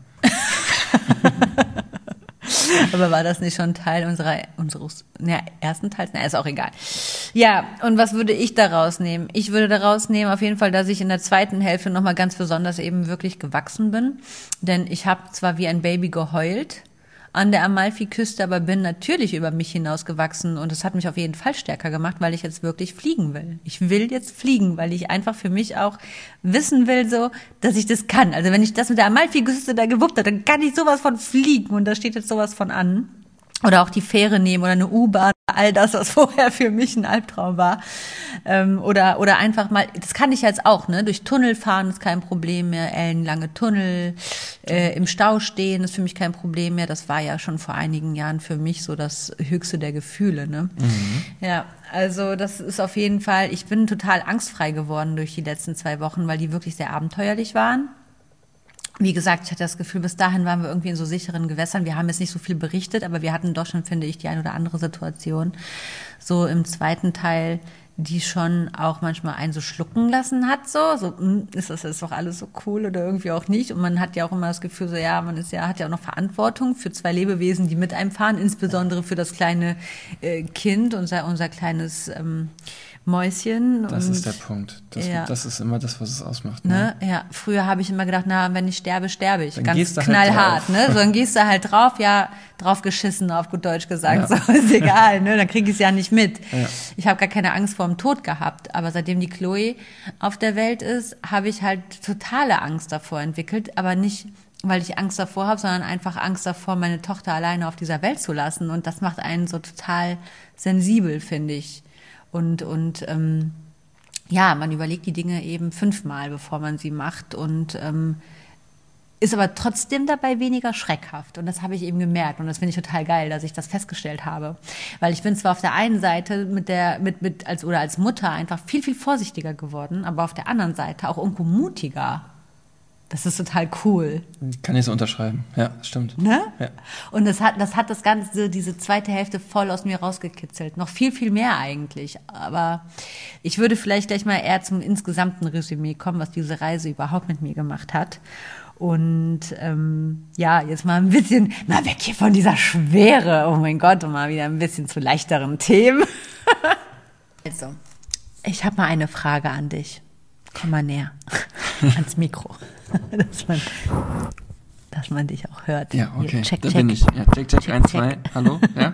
Aber war das nicht schon Teil unserer, unseres ja, ersten Teils? Na, ist auch egal. Ja, und was würde ich daraus nehmen? Ich würde daraus nehmen auf jeden Fall, dass ich in der zweiten Hälfte nochmal ganz besonders eben wirklich gewachsen bin. Denn ich habe zwar wie ein Baby geheult an der Amalfiküste, aber bin natürlich über mich hinausgewachsen und es hat mich auf jeden Fall stärker gemacht, weil ich jetzt wirklich fliegen will. Ich will jetzt fliegen, weil ich einfach für mich auch wissen will, so, dass ich das kann. Also wenn ich das mit der Amalfiküste da gewuppt habe, dann kann ich sowas von fliegen und da steht jetzt sowas von an. Oder auch die Fähre nehmen oder eine U-Bahn, all das, was vorher für mich ein Albtraum war. Ähm, oder, oder einfach mal, das kann ich jetzt auch, ne? Durch Tunnel fahren ist kein Problem mehr, ellenlange Tunnel, äh, im Stau stehen ist für mich kein Problem mehr. Das war ja schon vor einigen Jahren für mich so das höchste der Gefühle, ne? Mhm. Ja, also das ist auf jeden Fall, ich bin total angstfrei geworden durch die letzten zwei Wochen, weil die wirklich sehr abenteuerlich waren. Wie gesagt, ich hatte das Gefühl, bis dahin waren wir irgendwie in so sicheren Gewässern. Wir haben jetzt nicht so viel berichtet, aber wir hatten doch schon, finde ich, die ein oder andere Situation, so im zweiten Teil, die schon auch manchmal einen so schlucken lassen hat, so, so, ist das jetzt doch alles so cool oder irgendwie auch nicht? Und man hat ja auch immer das Gefühl, so, ja, man ist ja, hat ja auch noch Verantwortung für zwei Lebewesen, die mit einem fahren, insbesondere für das kleine äh, Kind, unser, unser kleines, ähm, Mäuschen. Das und, ist der Punkt. Das, ja. das ist immer das, was es ausmacht. Ne? Ne? Ja, früher habe ich immer gedacht, na, wenn ich sterbe, sterbe ich. Dann Ganz gehst du halt knallhart, drauf. ne? So, dann gehst du halt drauf, ja, drauf geschissen, auf gut Deutsch gesagt. Ja. So, ist egal, ne? Dann krieg ich es ja nicht mit. Ja. Ich habe gar keine Angst vor dem Tod gehabt. Aber seitdem die Chloe auf der Welt ist, habe ich halt totale Angst davor entwickelt. Aber nicht, weil ich Angst davor habe, sondern einfach Angst davor, meine Tochter alleine auf dieser Welt zu lassen. Und das macht einen so total sensibel, finde ich. Und, und, ähm, ja, man überlegt die Dinge eben fünfmal, bevor man sie macht und ähm, ist aber trotzdem dabei weniger schreckhaft. Und das habe ich eben gemerkt und das finde ich total geil, dass ich das festgestellt habe. Weil ich bin zwar auf der einen Seite mit der, mit, mit, als, oder als Mutter einfach viel, viel vorsichtiger geworden, aber auf der anderen Seite auch irgendwo mutiger. Das ist total cool. Kann ich so unterschreiben. Ja, stimmt. Ne? Ja. Und das hat, das hat das Ganze, diese zweite Hälfte voll aus mir rausgekitzelt. Noch viel, viel mehr eigentlich. Aber ich würde vielleicht gleich mal eher zum insgesamten Resümee kommen, was diese Reise überhaupt mit mir gemacht hat. Und ähm, ja, jetzt mal ein bisschen, mal weg hier von dieser Schwere, oh mein Gott, und mal wieder ein bisschen zu leichteren Themen. Also, ich habe mal eine Frage an dich. Komm mal näher ans Mikro, dass man, dass man dich auch hört. Ja, okay, Hier, check, da check. bin ich. Ja, check, check, Check, eins, check. zwei, hallo, ja.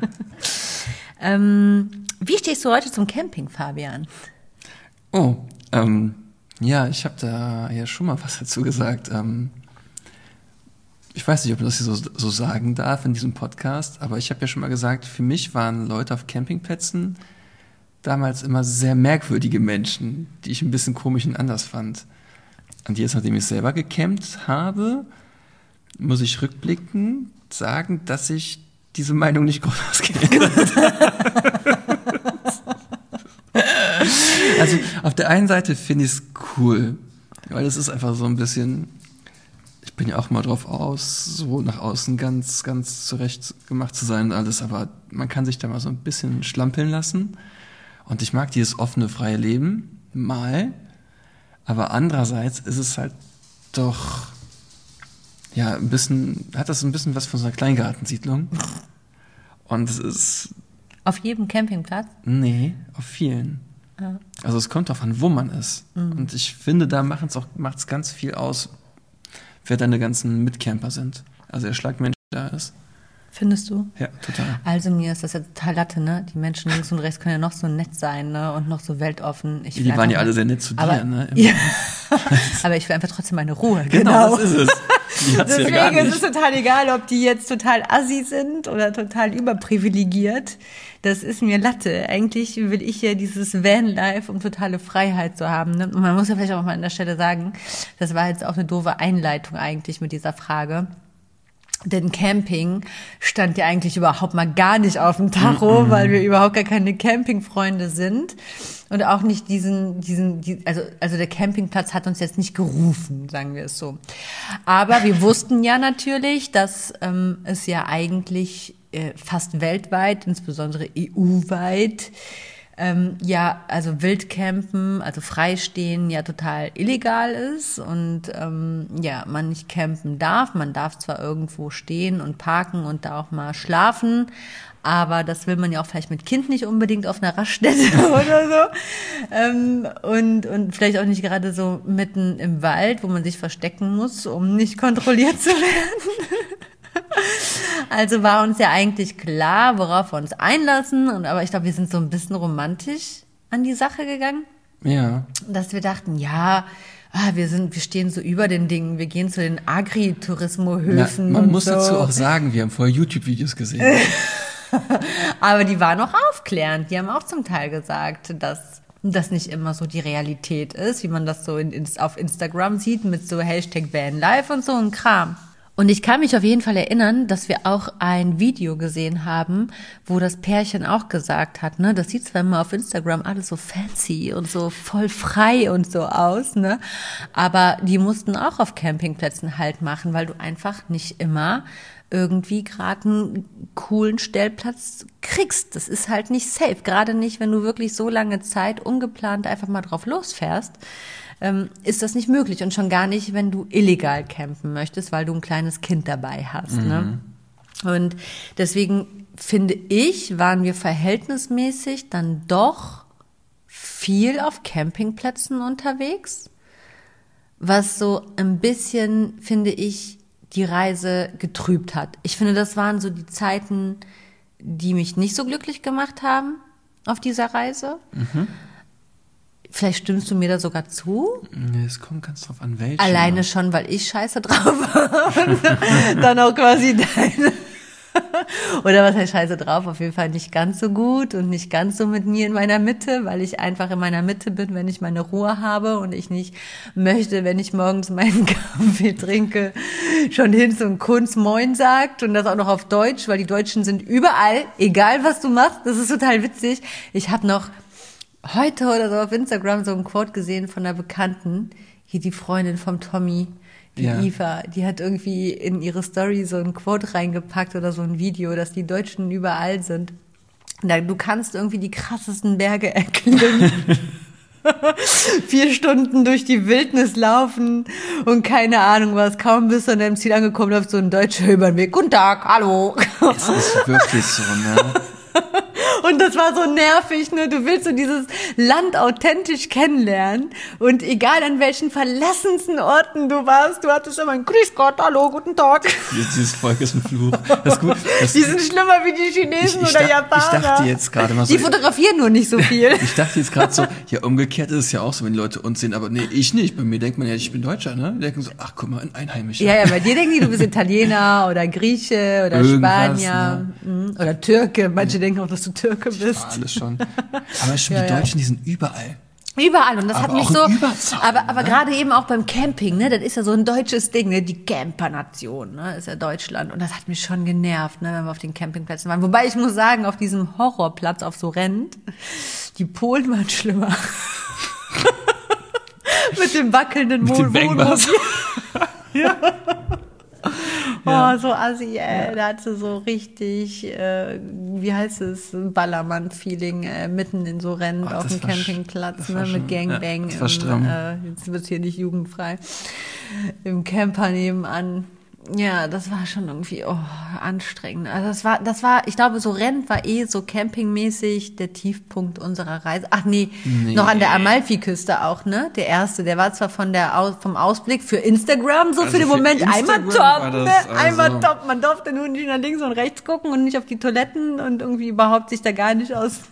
Ähm, wie stehst du heute zum Camping, Fabian? Oh, ähm, ja, ich habe da ja schon mal was dazu gesagt. Ähm, ich weiß nicht, ob man das hier so, so sagen darf in diesem Podcast, aber ich habe ja schon mal gesagt, für mich waren Leute auf Campingplätzen damals immer sehr merkwürdige Menschen, die ich ein bisschen komisch und anders fand. Und jetzt, nachdem ich selber gecampt habe, muss ich rückblickend sagen, dass ich diese Meinung nicht groß ausgehe. Also auf der einen Seite finde ich es cool, weil es ist einfach so ein bisschen, ich bin ja auch mal drauf aus, so nach außen ganz, ganz zurecht gemacht zu sein und alles, aber man kann sich da mal so ein bisschen schlampeln lassen. Und ich mag dieses offene, freie Leben, mal. Aber andererseits ist es halt doch, ja, ein bisschen, hat das ein bisschen was von so einer Kleingartensiedlung. Und es ist... Auf jedem Campingplatz? Nee, auf vielen. Ja. Also es kommt drauf an, wo man ist. Mhm. Und ich finde, da macht es auch macht's ganz viel aus, wer deine ganzen Mitcamper sind. Also der Schlagmensch da ist. Findest du? Ja, total. Also mir ist das ja total Latte, ne? Die Menschen links und rechts können ja noch so nett sein, ne? Und noch so weltoffen. Ich die waren ja alle sehr nett zu dir, aber, ne? Ja. Aber ich will einfach trotzdem meine Ruhe. Genau, genau. Das ist es. Die hat's Deswegen ja gar nicht. ist es total egal, ob die jetzt total assi sind oder total überprivilegiert. Das ist mir Latte. Eigentlich will ich ja dieses Vanlife, um totale Freiheit zu haben. Ne? Und man muss ja vielleicht auch mal an der Stelle sagen, das war jetzt auch eine doofe Einleitung eigentlich mit dieser Frage. Denn Camping stand ja eigentlich überhaupt mal gar nicht auf dem Tacho, mm-hmm. weil wir überhaupt gar keine Campingfreunde sind und auch nicht diesen, diesen, die, also, also der Campingplatz hat uns jetzt nicht gerufen, sagen wir es so. Aber wir wussten ja natürlich, dass ähm, es ja eigentlich äh, fast weltweit, insbesondere E U-weit, Ähm, ja, also Wildcampen, also Freistehen ja total illegal ist und ähm, ja, man nicht campen darf. Man darf zwar irgendwo stehen und parken und da auch mal schlafen, aber das will man ja auch vielleicht mit Kind nicht unbedingt auf einer Raststätte oder so. Ähm, und, und vielleicht auch nicht gerade so mitten im Wald, wo man sich verstecken muss, um nicht kontrolliert zu werden. Also war uns ja eigentlich klar, worauf wir uns einlassen. Und, aber ich glaube, wir sind so ein bisschen romantisch an die Sache gegangen. Ja. Dass wir dachten, ja, ah, wir sind, wir stehen so über den Dingen. Wir gehen zu den Agritourismo-Höfen. Man und muss so. dazu auch sagen, wir haben vorher YouTube-Videos gesehen. Aber die waren auch aufklärend. Die haben auch zum Teil gesagt, dass das nicht immer so die Realität ist, wie man das so in, in, auf Instagram sieht mit so Hashtag Vanlife und so ein Kram. Und ich kann mich auf jeden Fall erinnern, dass wir auch ein Video gesehen haben, wo das Pärchen auch gesagt hat, ne, das sieht zwar immer auf Instagram alles so fancy und so voll frei und so aus, ne, aber die mussten auch auf Campingplätzen Halt machen, weil du einfach nicht immer irgendwie gerade einen coolen Stellplatz kriegst. Das ist halt nicht safe, gerade nicht, wenn du wirklich so lange Zeit ungeplant einfach mal drauf losfährst. Ist das nicht möglich und schon gar nicht, wenn du illegal campen möchtest, weil du ein kleines Kind dabei hast. Mhm. Ne? Und deswegen finde ich, waren wir verhältnismäßig dann doch viel auf Campingplätzen unterwegs, was so ein bisschen, finde ich, die Reise getrübt hat. Ich finde, das waren so die Zeiten, die mich nicht so glücklich gemacht haben auf dieser Reise. Mhm. Vielleicht stimmst du mir da sogar zu? Nee, es kommt ganz drauf an, welche. Alleine schon, weil ich scheiße drauf habe. Dann auch quasi deine. Oder was heißt scheiße drauf? Auf jeden Fall nicht ganz so gut und nicht ganz so mit mir in meiner Mitte, weil ich einfach in meiner Mitte bin, wenn ich meine Ruhe habe und ich nicht möchte, wenn ich morgens meinen Kaffee trinke, schon hin zum Kunz Moin sagt und das auch noch auf Deutsch, weil die Deutschen sind überall, egal was du machst. Das ist total witzig. Ich habe noch heute oder so auf Instagram so ein Quote gesehen von einer Bekannten, hier die Freundin vom Tommy, die ja. Eva, die hat irgendwie in ihre Story so ein Quote reingepackt oder so ein Video, dass die Deutschen überall sind. Du kannst irgendwie die krassesten Berge erklimmen, vier Stunden durch die Wildnis laufen und keine Ahnung was, kaum bist du an deinem Ziel angekommen, läuft so ein Deutscher über den Weg. Guten Tag, hallo. Es ist wirklich so, ne? Und das war so nervig, ne? Du willst so dieses Land authentisch kennenlernen und egal an welchen verlassensten Orten du warst, du hattest immer ein Grüß Gott, hallo, guten Tag. Dieses Volk ist ein Fluch. Das ist gut. Das die sind schlimmer wie die Chinesen ich, ich oder dach, Japaner. Ich dachte jetzt gerade mal so. Die fotografieren nur nicht so viel. Ich dachte jetzt gerade so, ja, umgekehrt ist es ja auch so, wenn die Leute uns sehen, aber nee, ich nicht. Bei mir denkt man ja, ich bin Deutscher, ne? Die denken so, ach, guck mal, ein Einheimischer. Ja, ja, bei dir denken die, du bist Italiener oder Grieche oder Irgendwas, Spanier ne? Oder Türke. Manche denken auch, dass du Türke bist. Ja, alles schon. Aber schon ja, die Deutschen, die sind überall. Überall und das aber hat mich auch so, Überzahl, aber aber ne? gerade eben auch beim Camping, ne, das ist ja so ein deutsches Ding, ne, die Campernation, ne, ist ja Deutschland und das hat mich schon genervt, ne, wenn wir auf den Campingplätzen waren. Wobei ich muss sagen, auf diesem Horrorplatz auf Sorrent, die Polen waren schlimmer. Mit dem wackelnden Mit dem Bangbus. Ja. Ja. Oh, so assi, ey. Da hat sie so richtig, äh, wie heißt es, Ballermann-Feeling äh, mitten in so Rennen Oh, auf dem war sch- Campingplatz, war ne, schon- mit Gangbang. ja, das war im, stramm. äh, jetzt wird hier nicht jugendfrei. Im Camper nebenan. Ja, das war schon irgendwie oh, anstrengend. Also das war, das war, ich glaube, so Rent war eh so campingmäßig der Tiefpunkt unserer Reise. Ach nee, Nee. noch an der Amalfi-Küste auch, ne? Der erste, der war zwar von der Aus, vom Ausblick für Instagram so Also für den für Moment einmal Instagram top, war das ne? Einmal also- top. Man durfte nur nicht nach links und rechts gucken und nicht auf die Toiletten und irgendwie überhaupt sich da gar nicht aus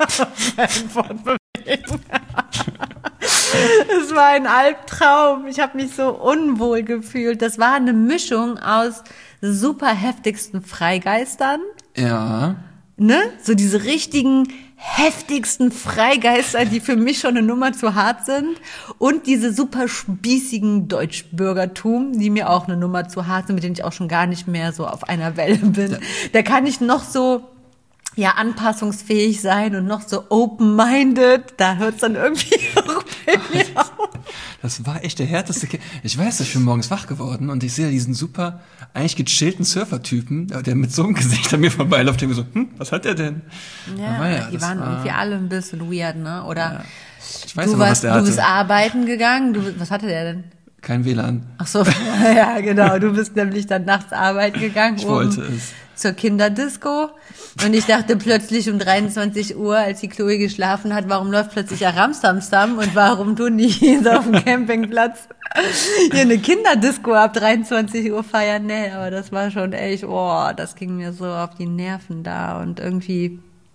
fortbewegen. Es war ein Albtraum. Ich habe mich so unwohl gefühlt. Das war eine Mischung aus super heftigsten Freigeistern, Ja. ne? So diese richtigen heftigsten Freigeister, die für mich schon eine Nummer zu hart sind, und diese super spießigen Deutschbürgertum, die mir auch eine Nummer zu hart sind, mit denen ich auch schon gar nicht mehr so auf einer Welle bin. Da kann ich noch so ja anpassungsfähig sein und noch so open-minded, da hört's dann irgendwie auch bei mir auf. Das war echt der härteste Ki- Ich weiß, ich bin morgens wach geworden und ich sehe diesen super, eigentlich gechillten Surfer-Typen, der mit so einem Gesicht an mir vorbeiläuft, und ich so, hm, was hat der denn? Ja, Aber ja, die das waren war- irgendwie alle ein bisschen weird, ne? Oder Ja. Ich weiß du, aber, was warst, der du bist hatte. arbeiten gegangen, du, was hatte der denn? Kein W L A N. Ach so, ja, genau. Du bist nämlich dann nachts arbeiten gegangen. Ich um, wollte es. Zur Kinderdisco. Und ich dachte plötzlich um dreiundzwanzig Uhr, als die Chloe geschlafen hat, warum läuft plötzlich Aramstamstam und warum tun die hier so auf dem Campingplatz hier eine Kinderdisco ab dreiundzwanzig Uhr feiern? Nee, aber das war schon echt, oh, das ging mir so auf die Nerven da und irgendwie...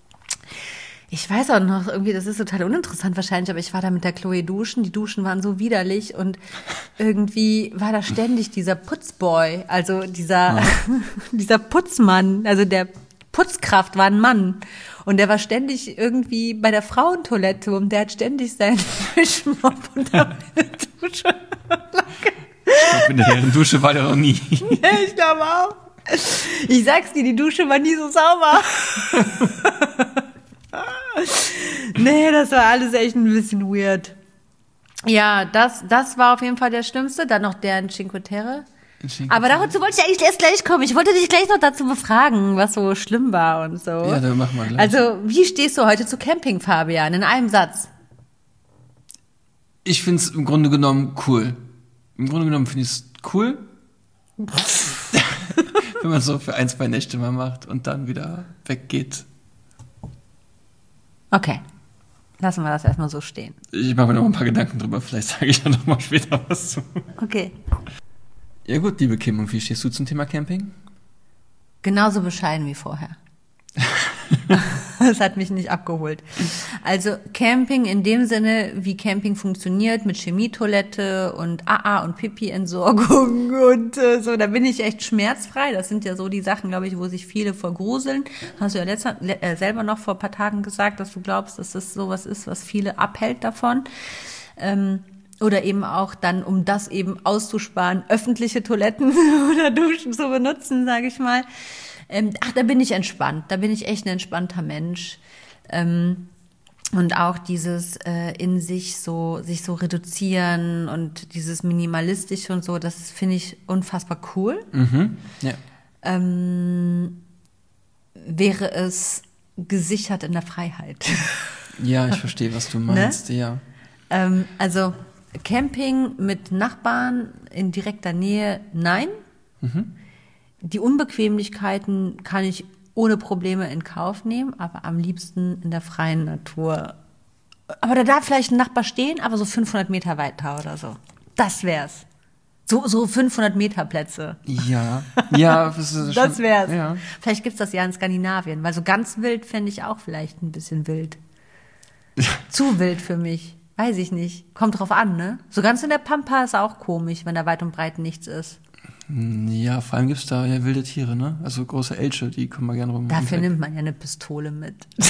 Ich weiß auch noch, irgendwie, das ist total uninteressant wahrscheinlich, aber ich war da mit der Chloe duschen, die Duschen waren so widerlich und irgendwie war da ständig dieser Putzboy, also dieser, dieser Putzmann, also der Putzkraft war ein Mann und der war ständig irgendwie bei der Frauentoilette und der hat ständig seinen Fischmopp unter meine Dusche. Ich glaube, in der Herrendusche war der noch nie. Ja, ich glaube auch. Ich sag's dir, die Dusche war nie so sauber. Nee, das war alles echt ein bisschen weird. Ja, das, das war auf jeden Fall der Schlimmste. Dann noch der in Cinque Terre. In Cinque Aber dazu wollte ich eigentlich erst gleich kommen. Ich wollte dich gleich noch dazu befragen, was so schlimm war und so. Ja, dann machen wir gleich. Also, wie stehst du heute zu Camping, Fabian? In einem Satz. Ich find's im Grunde genommen cool. Im Grunde genommen finde ich es cool. Wenn man so für ein, zwei Nächte mal macht und dann wieder weggeht. Okay. Lassen wir das erstmal so stehen. Ich mache mir noch ein paar Gedanken drüber. Vielleicht sage ich ja noch mal später was zu. Okay. Ja gut, liebe Kim, und wie stehst du zum Thema Camping? Genauso bescheiden wie vorher. Das hat mich nicht abgeholt. Also Camping in dem Sinne, wie Camping funktioniert, mit Chemietoilette und A A und Pipi-Entsorgung und äh, so, da bin ich echt schmerzfrei. Das sind ja so die Sachen, glaube ich, wo sich viele vergruseln. Hast du ja letzter, äh, selber noch vor ein paar Tagen gesagt, dass du glaubst, dass das sowas ist, was viele abhält davon. Ähm, Oder eben auch dann, um das eben auszusparen, öffentliche Toiletten oder Duschen zu benutzen, sage ich mal. Ähm, ach, da bin ich entspannt. Da bin ich echt ein entspannter Mensch. Ähm, und auch dieses äh, in sich so sich so reduzieren und dieses Minimalistische und so, das finde ich unfassbar cool. Mhm. Ja. Ähm, wäre es gesichert in der Freiheit. Ja, ich verstehe, was du meinst. Ne? Ja. Ähm, also Camping mit Nachbarn in direkter Nähe, nein. Mhm. Die Unbequemlichkeiten kann ich ohne Probleme in Kauf nehmen, aber am liebsten in der freien Natur. Aber da darf vielleicht ein Nachbar stehen, aber so fünfhundert Meter weiter oder so. Das wär's. So, so fünfhundert Meter Plätze. Ja, ja. Das, ist schon, das wär's. Ja. Vielleicht gibt's das ja in Skandinavien, weil so ganz wild fände ich auch vielleicht ein bisschen wild. Zu wild für mich. Weiß ich nicht. Kommt drauf an, ne? So ganz in der Pampa ist auch komisch, wenn da weit und breit nichts ist. Ja, vor allem gibt's da ja wilde Tiere, ne? Also große Elche, die kommen mal gerne rum. Dafür nimmt man ja eine Pistole mit.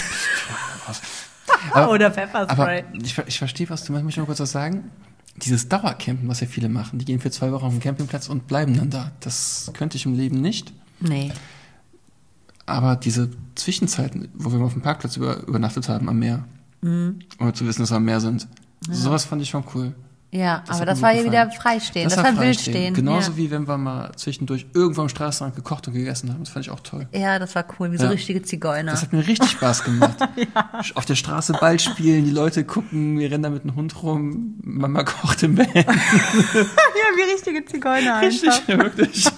aber, Oder Pfefferspray. Aber ich, ich verstehe, was du meinst. Muss ich noch kurz was sagen? Dieses Dauercampen, was ja viele machen, die gehen für zwei Wochen auf den Campingplatz und bleiben dann da. Das könnte ich im Leben nicht. Nee. Aber diese Zwischenzeiten, wo wir mal auf dem Parkplatz über, übernachtet haben am Meer, mhm. ohne zu wissen, dass wir am Meer sind, ja. sowas fand ich schon cool. Ja, das aber das war ja wieder freistehen. Das, das war wildstehen. Genauso ja. wie wenn wir mal zwischendurch irgendwo am Straßenrand gekocht und gegessen haben. Das fand ich auch toll. Ja, das war cool, wie so ja. richtige Zigeuner. Das hat mir richtig Spaß gemacht. ja. Auf der Straße Ball spielen, die Leute gucken, wir rennen da mit einem Hund rum, Mama kocht im Bett. ja, wie richtige Zigeuner Richtig, einfach. ja, wirklich.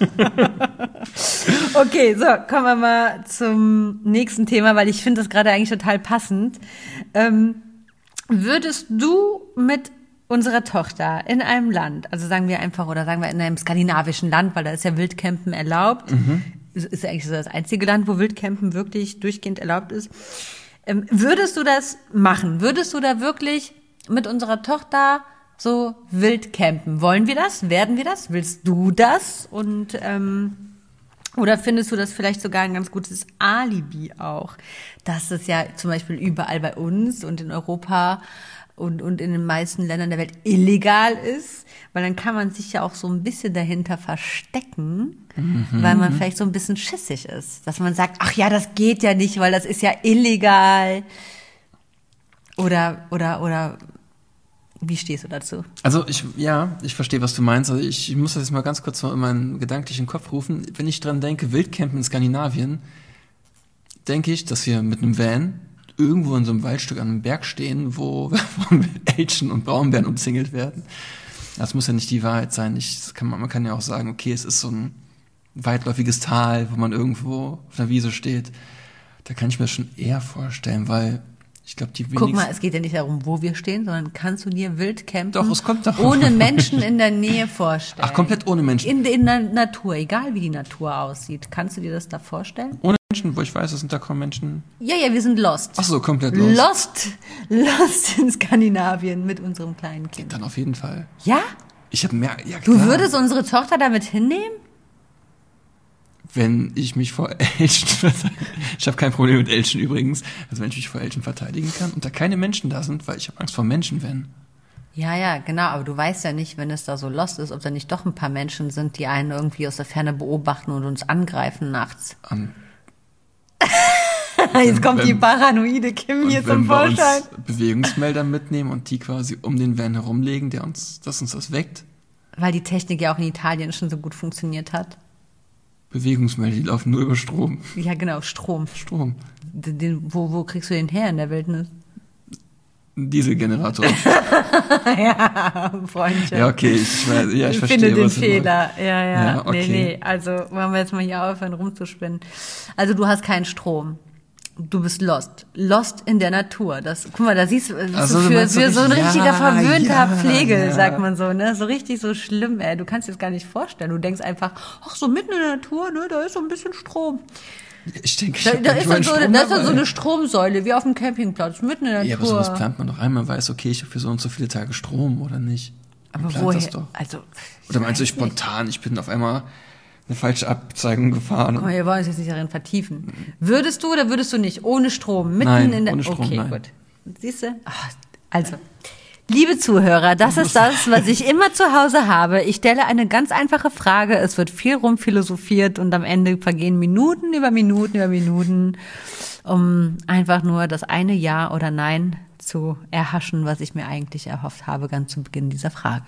Okay, so, kommen wir mal zum nächsten Thema, weil ich finde das gerade eigentlich total passend. Ähm, würdest du mit unserer Tochter in einem Land, also sagen wir einfach, oder sagen wir in einem skandinavischen Land, weil da ist ja Wildcampen erlaubt, mhm. ist ja eigentlich so das einzige Land, wo Wildcampen wirklich durchgehend erlaubt ist. Ähm, würdest du das machen? Würdest du da wirklich mit unserer Tochter so Wildcampen? Wollen wir das? Werden wir das? Willst du das? Und ähm, oder findest du das vielleicht sogar ein ganz gutes Alibi auch, dass es ja zum Beispiel überall bei uns und in Europa und, und in den meisten Ländern der Welt illegal ist, weil dann kann man sich ja auch so ein bisschen dahinter verstecken, mhm. weil man vielleicht so ein bisschen schissig ist, dass man sagt, ach ja, das geht ja nicht, weil das ist ja illegal. Oder, oder, oder, wie stehst du dazu? Also ich, ja, ich verstehe, was du meinst. Also ich, ich muss das jetzt mal ganz kurz so in meinen gedanklichen Kopf rufen. Wenn ich dran denke, Wildcampen in Skandinavien, denke ich, dass wir mit einem Van irgendwo in so einem Waldstück an einem Berg stehen, wo, wo Elchen und Braunbären umzingelt werden. Das muss ja nicht die Wahrheit sein. Ich, das kann man, man kann ja auch sagen, okay, es ist so ein weitläufiges Tal, wo man irgendwo auf einer Wiese steht. Da kann ich mir das schon eher vorstellen, weil ich glaube, die wenigsten... Guck mal, es geht ja nicht darum, wo wir stehen, sondern kannst du dir Wildcampen doch, es kommt doch ohne Menschen in der Nähe vorstellen? Ach, komplett ohne Menschen? In, in der Natur, egal wie die Natur aussieht. Kannst du dir das da vorstellen? Ohne Menschen, wo ich weiß, es sind da kaum Menschen. Ja, ja, wir sind lost. Ach so, komplett lost. Lost, lost in Skandinavien mit unserem kleinen Kind. Dann auf jeden Fall. Ja? Ich habe mehr, ja klar. Du würdest unsere Tochter damit hinnehmen? Wenn ich mich vor Elchen verteidige. Ich habe kein Problem mit Elchen übrigens. Also wenn ich mich vor Elchen verteidigen kann und da keine Menschen da sind, weil ich habe Angst vor Menschen, wenn. Ja, ja, genau. Aber du weißt ja nicht, wenn es da so lost ist, ob da nicht doch ein paar Menschen sind, die einen irgendwie aus der Ferne beobachten und uns angreifen nachts. Um, Jetzt kommt wenn, die paranoide Kim hier zum Vorschein. Wenn wir uns Bewegungsmelder mitnehmen und die quasi um den Van herumlegen, der uns, dass uns das weckt. Weil die Technik ja auch in Italien schon so gut funktioniert hat. Bewegungsmelder, die laufen nur über Strom. Ja, genau, Strom. Strom. Den, den, wo, wo kriegst du den her in der Wildnis? Ein Dieselgenerator. ja, Freundchen. Ja, okay, ich, weiß, ja, ich, ich verstehe, finde den was Fehler. Ja, ja, ja, okay. nee, nee, also wollen wir jetzt mal hier aufhören rumzuspinnen. Also du hast keinen Strom. Du bist lost. Lost in der Natur. Das, guck mal, da siehst du, also, für, für so, so ein richtiger ja, verwöhnter ja, Pflegel, ja. sagt man so, ne? So richtig so schlimm, ey. Du kannst dir das gar nicht vorstellen. Du denkst einfach, ach, so mitten in der Natur, ne? Da ist so ein bisschen Strom. Ich denke, ich da, da ist dann so, Strom da ist dann so eine Stromsäule, wie auf dem Campingplatz, mitten in der ja, Natur. Ja, aber sowas plant man doch einmal, man weiß, okay, ich habe für so und so viele Tage Strom, oder nicht? Man aber plant woher? Das doch. Also, oder meinst du, ich spontan, ich bin auf einmal eine falsche Abzeigung gefahren. Guck mal, wir wollen uns jetzt nicht darin vertiefen. Würdest du oder würdest du nicht? Ohne Strom, mitten nein, in der... ohne Strom, okay, nein. gut. Siehst du? Ach, also, liebe Zuhörer, das ist das, was ich immer zu Hause habe. Ich stelle eine ganz einfache Frage, es wird viel rumphilosophiert und am Ende vergehen Minuten über Minuten über Minuten, um einfach nur das eine Ja oder Nein zu erhaschen, was ich mir eigentlich erhofft habe, ganz zu Beginn dieser Frage.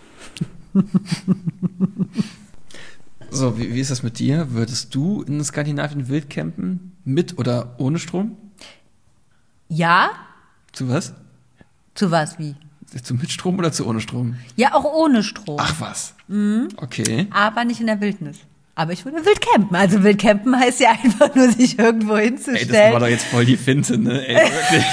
So, wie, wie ist das mit dir? Würdest du in Skandinavien wild campen? Mit oder ohne Strom? Ja. Zu was? Zu was, wie? Zu mit Strom oder zu ohne Strom? Ja, auch ohne Strom. Ach was. Mhm. Okay. Aber nicht in der Wildnis. Aber ich würde wild campen. Also wild campen heißt ja einfach nur, sich irgendwo hinzustellen. Ey, das war doch jetzt voll die Finte, ne? Ey, wirklich.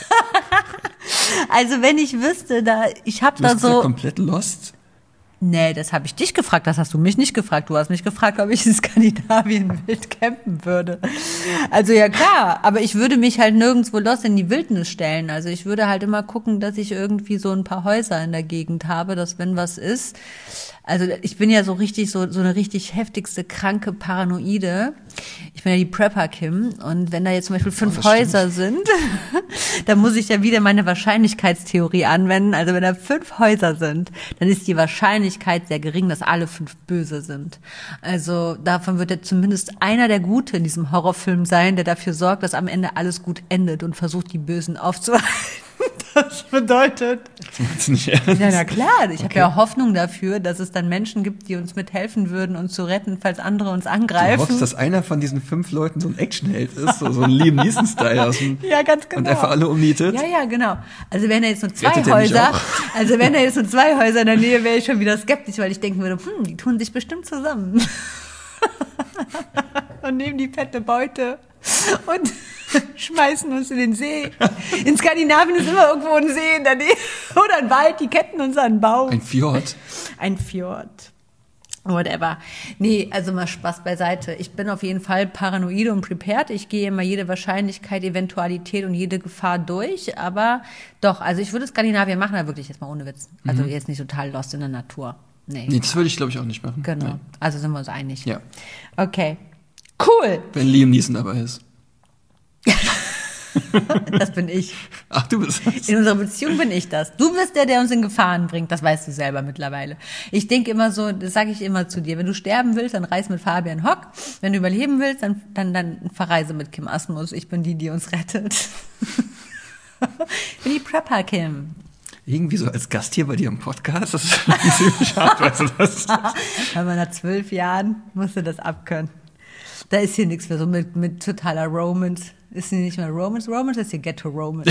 Also wenn ich wüsste, da ich habe da bist so... Du komplett lost? Nee, das habe ich dich gefragt, das hast du mich nicht gefragt. Du hast mich gefragt, ob ich in Skandinavien wild campen würde. Also ja klar, aber ich würde mich halt nirgendwo los in die Wildnis stellen. Also ich würde halt immer gucken, dass ich irgendwie so ein paar Häuser in der Gegend habe, dass wenn was ist. Also ich bin ja so richtig, so so eine richtig heftigste, kranke Paranoide. Ich bin ja die Prepper-Kim und wenn da jetzt zum Beispiel fünf oh, Häuser sind, dann muss ich ja wieder meine Wahrscheinlichkeitstheorie anwenden. Also wenn da fünf Häuser sind, dann ist die Wahrscheinlichkeit sehr gering, dass alle fünf böse sind. Also davon wird ja zumindest einer der Gute in diesem Horrorfilm sein, der dafür sorgt, dass am Ende alles gut endet und versucht, die Bösen aufzuhalten. Das bedeutet... Das meinst du nicht ernst? Ja, na klar. Ich Okay. habe ja Hoffnung dafür, dass es dann Menschen gibt, die uns mithelfen würden, uns zu retten, falls andere uns angreifen. Du hoffst, dass einer von diesen fünf Leuten so ein Actionheld ist, so, so ein Liam Neeson-Style aus dem... Ja, ganz genau. Und einfach alle umnietet. Ja, ja, genau. Also wären da jetzt nur zwei Rettet er mich Häuser, auch? also wären da jetzt nur zwei Häuser in der Nähe, wäre ich schon wieder skeptisch, weil ich denken würde, hm, die tun sich bestimmt zusammen. Und nehmen die fette Beute und schmeißen uns in den See. In Skandinavien ist immer irgendwo ein See in der Nähe oder ein Wald, die ketten uns an einen Baum. Ein Fjord. Ein Fjord. Whatever. Nee, also mal Spaß beiseite. Ich bin auf jeden Fall paranoide und prepared. Ich gehe immer jede Wahrscheinlichkeit, Eventualität und jede Gefahr durch. Aber doch, also ich würde Skandinavien machen, aber wirklich jetzt mal ohne Witz. Also Mhm. jetzt nicht total lost in der Natur. Nee. Nee, das würde ich, glaube ich, auch nicht machen. Genau. Nein. Also sind wir uns einig. Ja. Okay. Cool. Wenn Liam Neeson dabei ist. Das bin ich. Ach, du bist das. In unserer Beziehung bin ich das. Du bist der, der uns in Gefahren bringt. Das weißt du selber mittlerweile. Ich denke immer so, das sage ich immer zu dir. Wenn du sterben willst, dann reis mit Fabian Hock. Wenn du überleben willst, dann, dann, dann verreise mit Kim Asmus. Ich bin die, die uns rettet. Ich bin die Prepper Kim. Irgendwie so als Gast hier bei dir im Podcast, das ist schon ziemlich hart, weißt du das? Weil man nach zwölf Jahren musste das abkönnen. Da ist hier nichts mehr so mit, mit totaler Romance. Ist hier nicht mehr Romance? Romance ist hier Ghetto Romance.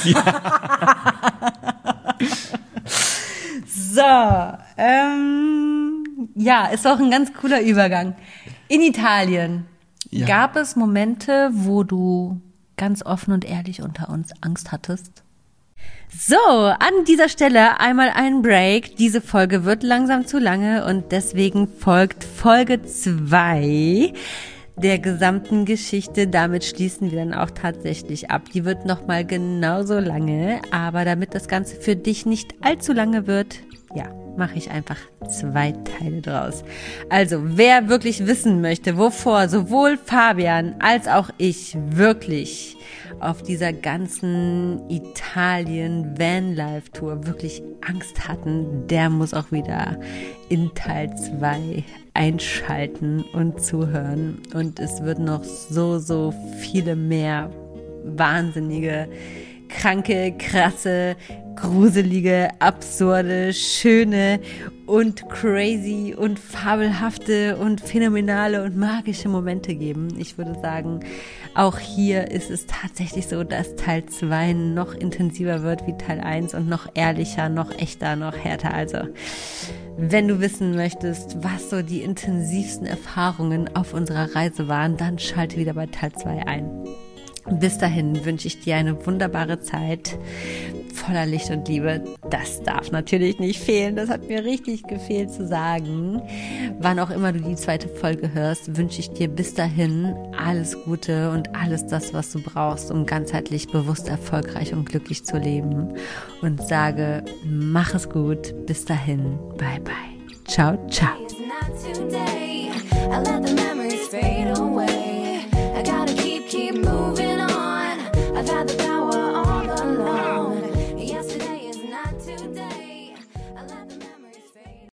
So, ähm, ja, ist auch ein ganz cooler Übergang. In Italien Ja. gab es Momente, wo du ganz offen und ehrlich unter uns Angst hattest? So, an dieser Stelle einmal ein Break. Diese Folge wird langsam zu lange und deswegen folgt Folge zwei der gesamten Geschichte. Damit schließen wir dann auch tatsächlich ab. Die wird nochmal genauso lange, aber damit das Ganze für dich nicht allzu lange wird, ja, mache ich einfach zwei Teile draus. Also, wer wirklich wissen möchte, wovor sowohl Fabian als auch ich wirklich auf dieser ganzen Italien-Vanlife-Tour wirklich Angst hatten, der muss auch wieder in Teil zwei einschalten und zuhören. Und es wird noch so, so viele mehr wahnsinnige, kranke, krasse, gruselige, absurde, schöne und crazy und fabelhafte und phänomenale und magische Momente geben. Ich würde sagen, auch hier ist es tatsächlich so, dass Teil zwei noch intensiver wird wie Teil eins und noch ehrlicher, noch echter, noch härter. Also, wenn du wissen möchtest, was so die intensivsten Erfahrungen auf unserer Reise waren, dann schalte wieder bei Teil zwei ein. Bis dahin wünsche ich dir eine wunderbare Zeit voller Licht und Liebe. Das darf natürlich nicht fehlen. Das hat mir richtig gefehlt zu sagen. Wann auch immer du die zweite Folge hörst, wünsche ich dir bis dahin alles Gute und alles das, was du brauchst, um ganzheitlich bewusst, erfolgreich und glücklich zu leben. Und sage, mach es gut. Bis dahin. Bye, bye. Ciao, ciao. It's not today. I let the memories fade away.